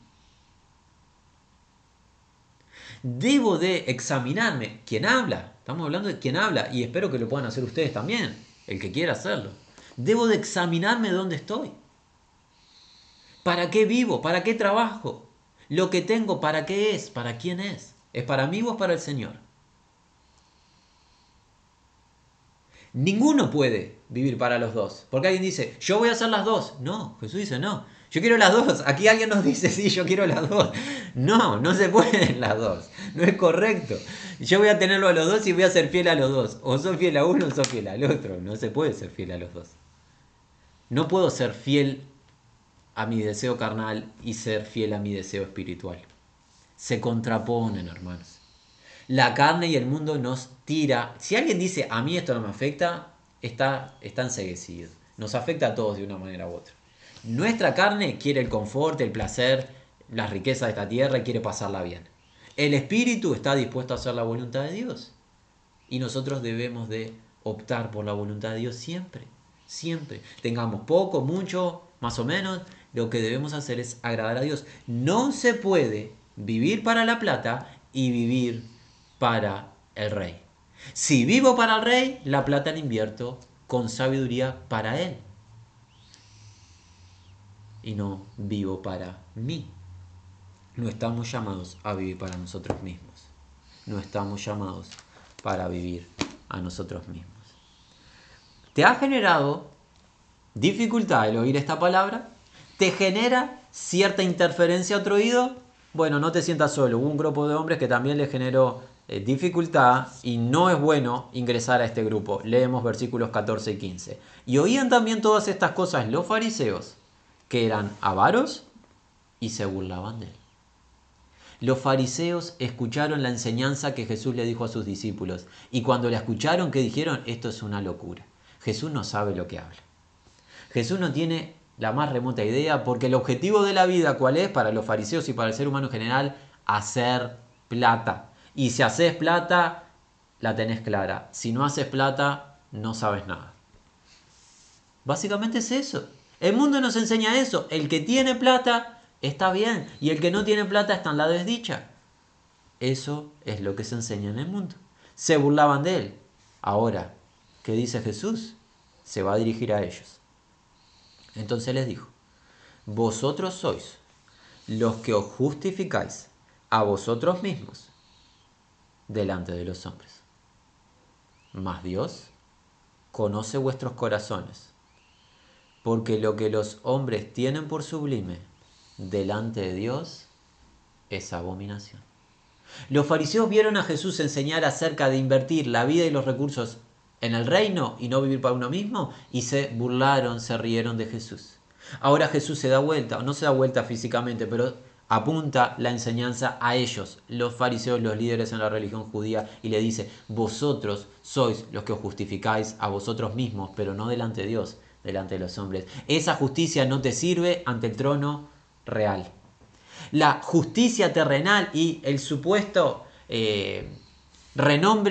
Debo de examinarme. ¿Quién habla? Estamos hablando de quién habla y espero que lo puedan hacer ustedes también, el que quiera hacerlo. Debo de examinarme dónde estoy. ¿Para qué vivo? ¿Para qué trabajo? Lo que tengo, ¿para qué es? ¿Para quién es? ¿Es para mí o es para el Señor? Ninguno puede vivir para los dos. Porque alguien dice, yo voy a hacer las dos. No, Jesús dice, no. Yo quiero las dos. Aquí alguien nos dice, sí, yo quiero las dos. No, no se pueden las dos. No es correcto. Yo voy a tenerlo a los dos y voy a ser fiel a los dos. O soy fiel a uno o soy fiel al otro. No se puede ser fiel a los dos. No puedo ser fiel a mi deseo carnal y ser fiel a mi deseo espiritual. Se contraponen, hermanos. La carne y el mundo nos tira. Si alguien dice, a mí esto no me afecta, está, está enceguecido. Nos afecta a todos de una manera u otra. Nuestra carne quiere el confort, el placer, las riquezas de esta tierra y quiere pasarla bien. El espíritu está dispuesto a hacer la voluntad de Dios. Y nosotros debemos de optar por la voluntad de Dios siempre. Siempre. Tengamos poco, mucho, más o menos. Lo que debemos hacer es agradar a Dios. No se puede vivir para la plata y vivir para el rey. Si vivo para el rey, la plata la invierto con sabiduría para él. Y no vivo para mí. No estamos llamados a vivir para nosotros mismos. No estamos llamados para vivir a nosotros mismos. ¿Te ha generado dificultad el oír esta palabra? ¿Te genera cierta interferencia a otro oído? Bueno, no te sientas solo. Hubo un grupo de hombres que también le generó eh, dificultad y no es bueno ingresar a este grupo. Leemos versículos catorce y quince. Y oían también todas estas cosas los fariseos, que eran avaros y se burlaban de él. Los fariseos escucharon la enseñanza que Jesús le dijo a sus discípulos y cuando la escucharon, ¿qué dijeron? Esto es una locura. Jesús no sabe lo que habla. Jesús no tiene la más remota idea porque el objetivo de la vida, ¿cuál es? Para los fariseos y para el ser humano en general, hacer plata. Y si haces plata, la tenés clara. Si no haces plata, no sabes nada. Básicamente es eso. El mundo nos enseña eso. El que tiene plata está bien y el que no tiene plata está en la desdicha. Eso es lo que se enseña en el mundo. Se burlaban de él. Ahora, ¿qué dice Jesús? Se va a dirigir a ellos. Entonces les dijo, vosotros sois los que os justificáis a vosotros mismos delante de los hombres. Mas Dios conoce vuestros corazones, porque lo que los hombres tienen por sublime delante de Dios es abominación. Los fariseos vieron a Jesús enseñar acerca de invertir la vida y los recursos en el reino y no vivir para uno mismo y se burlaron, se rieron de Jesús. Ahora Jesús se da vuelta, o no se da vuelta físicamente, pero apunta la enseñanza a ellos, los fariseos, los líderes en la religión judía, y le dice, vosotros sois los que os justificáis a vosotros mismos, pero no delante de Dios, delante de los hombres. Esa justicia no te sirve ante el trono real. La justicia terrenal y el supuesto eh, renombre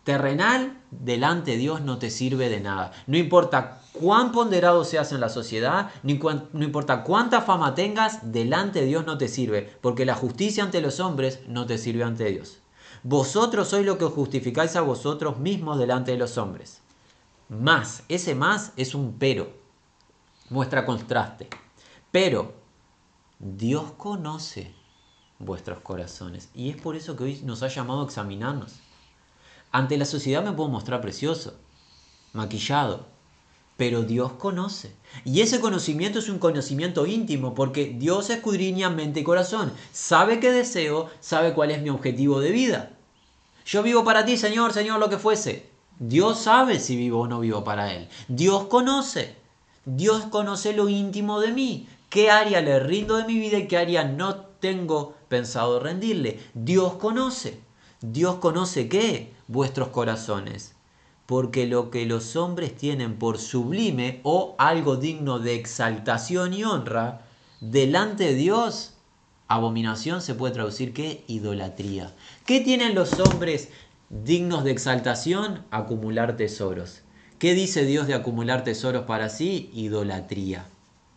terrenal delante de Dios no te sirve de nada. No importa cuán ponderado seas en la sociedad, ni cuan, no importa cuánta fama tengas, delante de Dios no te sirve, porque la justicia ante los hombres no te sirve ante Dios. Vosotros sois lo que os justificáis a vosotros mismos delante de los hombres. Más, ese más es un pero, muestra contraste. Pero Dios conoce vuestros corazones y es por eso que hoy nos ha llamado a examinarnos. Ante la sociedad me puedo mostrar precioso, maquillado, pero Dios conoce. Y ese conocimiento es un conocimiento íntimo porque Dios escudriña mente y corazón. Sabe qué deseo, sabe cuál es mi objetivo de vida. Yo vivo para ti, Señor, Señor, lo que fuese. Dios sabe si vivo o no vivo para Él. Dios conoce. Dios conoce lo íntimo de mí. ¿Qué área le rindo de mi vida y qué área no tengo pensado rendirle? Dios conoce. Dios conoce ¿qué? Vuestros corazones. Porque lo que los hombres tienen por sublime o algo digno de exaltación y honra, delante de Dios, abominación se puede traducir ¿qué? Idolatría. ¿Qué tienen los hombres dignos de exaltación? Acumular tesoros. ¿Qué dice Dios de acumular tesoros para sí? Idolatría.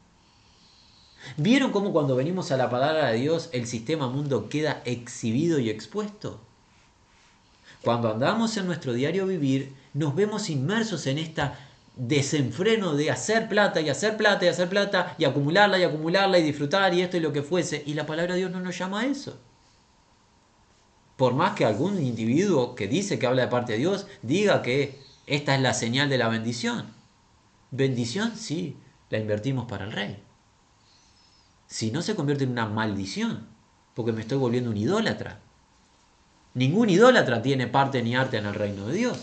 ¿Vieron cómo cuando venimos a la palabra de Dios el sistema mundo queda exhibido y expuesto? Cuando andamos en nuestro diario vivir, nos vemos inmersos en esta desenfreno de hacer plata y hacer plata y hacer plata y acumularla y acumularla y disfrutar y esto y lo que fuese. Y la palabra de Dios no nos llama a eso. Por más que algún individuo que dice que habla de parte de Dios diga que esta es la señal de la bendición. Bendición, sí, la invertimos para el rey. Si no se convierte en una maldición, porque me estoy volviendo un idólatra. Ningún idólatra tiene parte ni arte en el reino de Dios.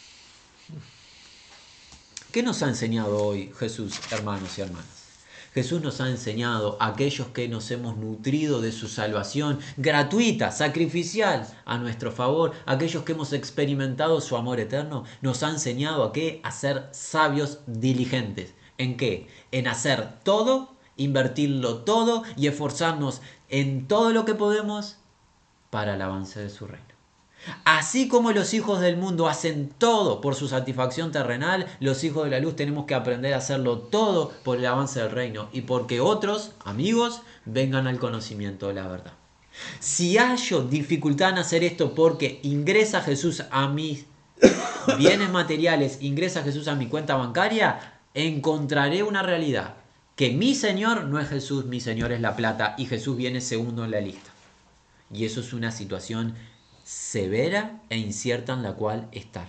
¿Qué nos ha enseñado hoy Jesús, hermanos y hermanas? Jesús nos ha enseñado a aquellos que nos hemos nutrido de su salvación gratuita, sacrificial, a nuestro favor, aquellos que hemos experimentado su amor eterno, nos ha enseñado a qué, a ser sabios diligentes. ¿En qué? En hacer todo, invertirlo todo y esforzarnos en todo lo que podemos para el avance de su reino. Así como los hijos del mundo hacen todo por su satisfacción terrenal, los hijos de la luz tenemos que aprender a hacerlo todo por el avance del reino y porque otros, amigos, vengan al conocimiento de la verdad. Si hallo dificultad en hacer esto porque ingresa Jesús a mis bienes materiales, ingresa Jesús a mi cuenta bancaria, encontraré una realidad, que mi Señor no es Jesús, mi Señor es la plata y Jesús viene segundo en la lista. Y eso es una situación severa e incierta en la cual estar.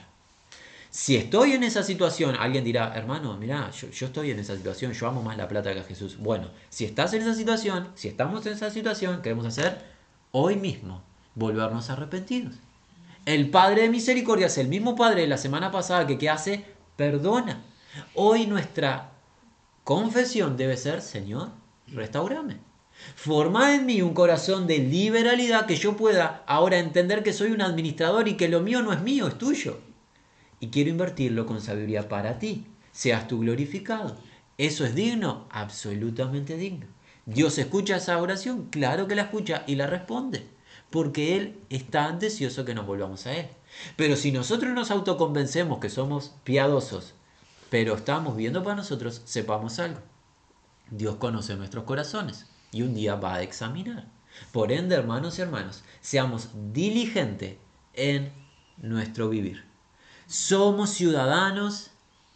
Si estoy en esa situación, alguien dirá, hermano, mirá, yo, yo estoy en esa situación, yo amo más la plata que a Jesús. Bueno, si estás en esa situación, si estamos en esa situación, ¿qué debemos hacer? Hoy mismo, volvernos arrepentidos. El Padre de misericordia es el mismo Padre de la semana pasada que ¿qué hace? Perdona. Hoy nuestra confesión debe ser, Señor, restaurame. Forma en mí un corazón de liberalidad que yo pueda ahora entender que soy un administrador y que lo mío no es mío, es tuyo. Y quiero invertirlo con sabiduría para ti. Seas tú glorificado. ¿Eso es digno? Absolutamente digno. ¿Dios escucha esa oración? Claro que la escucha y la responde. Porque Él está deseoso que nos volvamos a Él. Pero si nosotros nos autoconvencemos que somos piadosos, pero estamos viendo para nosotros, sepamos algo. Dios conoce nuestros corazones. Y un día va a examinar. Por ende, hermanos y hermanas, seamos diligentes en nuestro vivir. Somos ciudadanos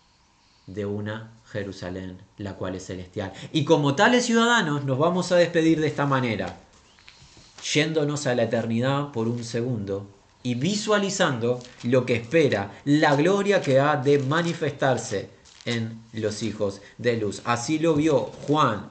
de una Jerusalén, la cual es celestial. Y como tales ciudadanos nos vamos a despedir de esta manera, yéndonos a la eternidad por un segundo y visualizando lo que espera, la gloria que ha de manifestarse en los hijos de luz. Así lo vio Juan,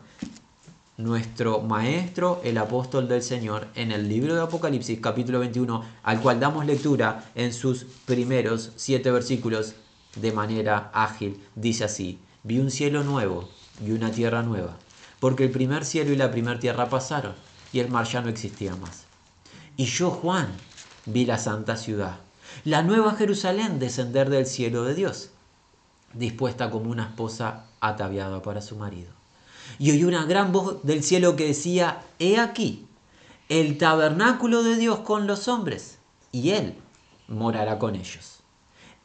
nuestro maestro, el apóstol del Señor, en el libro de Apocalipsis, capítulo veintiuno, al cual damos lectura en sus primeros siete versículos de manera ágil. Dice así: vi un cielo nuevo y una tierra nueva, porque el primer cielo y la primera tierra pasaron, y el mar ya no existía más. Y yo, Juan, vi la santa ciudad, la nueva Jerusalén, descender del cielo de Dios, dispuesta como una esposa ataviada para su marido. Y oí una gran voz del cielo que decía: he aquí, el tabernáculo de Dios con los hombres, y Él morará con ellos.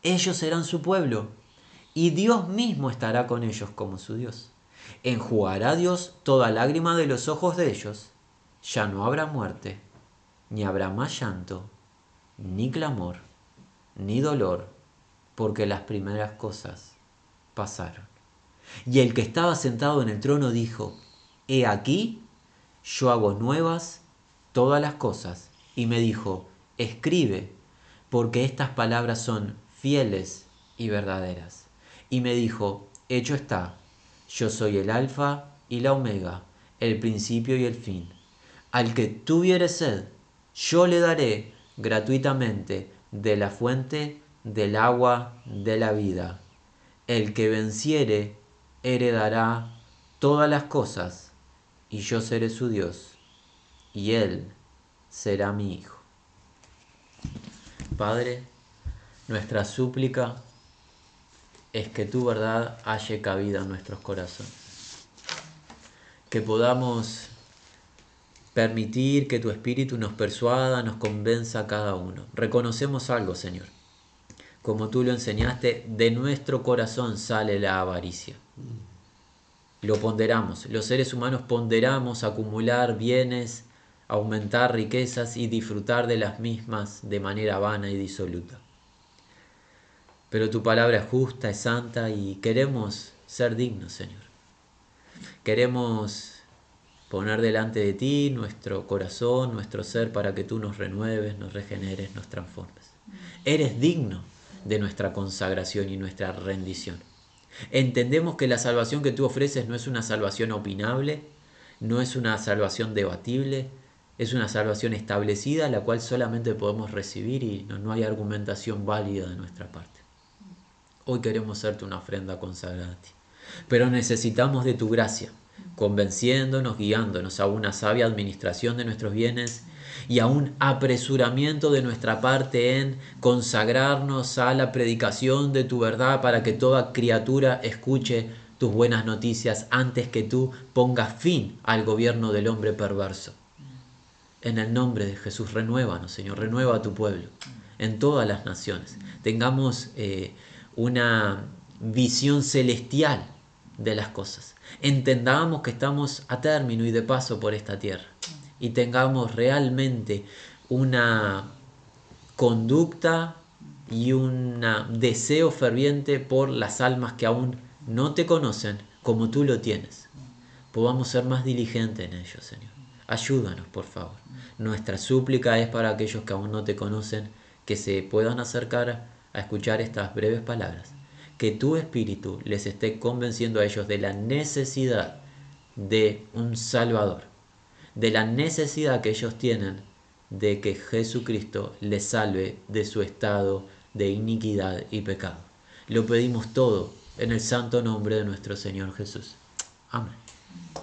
Ellos serán su pueblo, y Dios mismo estará con ellos como su Dios. Enjugará Dios toda lágrima de los ojos de ellos. Ya no habrá muerte, ni habrá más llanto, ni clamor, ni dolor, porque las primeras cosas pasaron. Y el que estaba sentado en el trono dijo: He aquí, yo hago nuevas todas las cosas. Y me dijo: Escribe, porque estas palabras son fieles y verdaderas. Y me dijo: Hecho está, yo soy el Alfa y la Omega, el principio y el fin. Al que tuviere sed, yo le daré gratuitamente de la fuente del agua de la vida. El que venciere heredará todas las cosas, y yo seré su Dios, y él será mi hijo. Padre, nuestra súplica es que tu verdad halle cabida en nuestros corazones, que podamos permitir que tu Espíritu nos persuada, nos convenza a cada uno. Reconocemos algo, Señor. Como tú lo enseñaste, de nuestro corazón sale la avaricia. Lo ponderamos. Los seres humanos ponderamos acumular bienes, aumentar riquezas y disfrutar de las mismas de manera vana y disoluta. Pero tu palabra es justa, es santa y queremos ser dignos, Señor. Queremos poner delante de ti nuestro corazón, nuestro ser, para que tú nos renueves, nos regeneres, nos transformes. Eres digno de nuestra consagración y nuestra rendición. Entendemos que la salvación que tú ofreces no es una salvación opinable, no es una salvación debatible, es una salvación establecida, la cual solamente podemos recibir y no, no hay argumentación válida de nuestra parte. Hoy queremos hacerte una ofrenda consagrada a ti, pero necesitamos de tu gracia, convenciéndonos, guiándonos a una sabia administración de nuestros bienes y a un apresuramiento de nuestra parte en consagrarnos a la predicación de tu verdad, para que toda criatura escuche tus buenas noticias antes que tú pongas fin al gobierno del hombre perverso. En el nombre de Jesús, renuévanos, Señor, renueva a tu pueblo en todas las naciones. Tengamos eh, una visión celestial de las cosas. Entendamos que estamos a término y de paso por esta tierra, y tengamos realmente una conducta y un deseo ferviente por las almas que aún no te conocen como tú lo tienes. Podamos ser más diligentes en ello, Señor. Ayúdanos, por favor. Nuestra súplica es para aquellos que aún no te conocen, que se puedan acercar a escuchar estas breves palabras. Que tu Espíritu les esté convenciendo a ellos de la necesidad de un Salvador, de la necesidad que ellos tienen de que Jesucristo les salve de su estado de iniquidad y pecado. Lo pedimos todo en el santo nombre de nuestro Señor Jesús. Amén.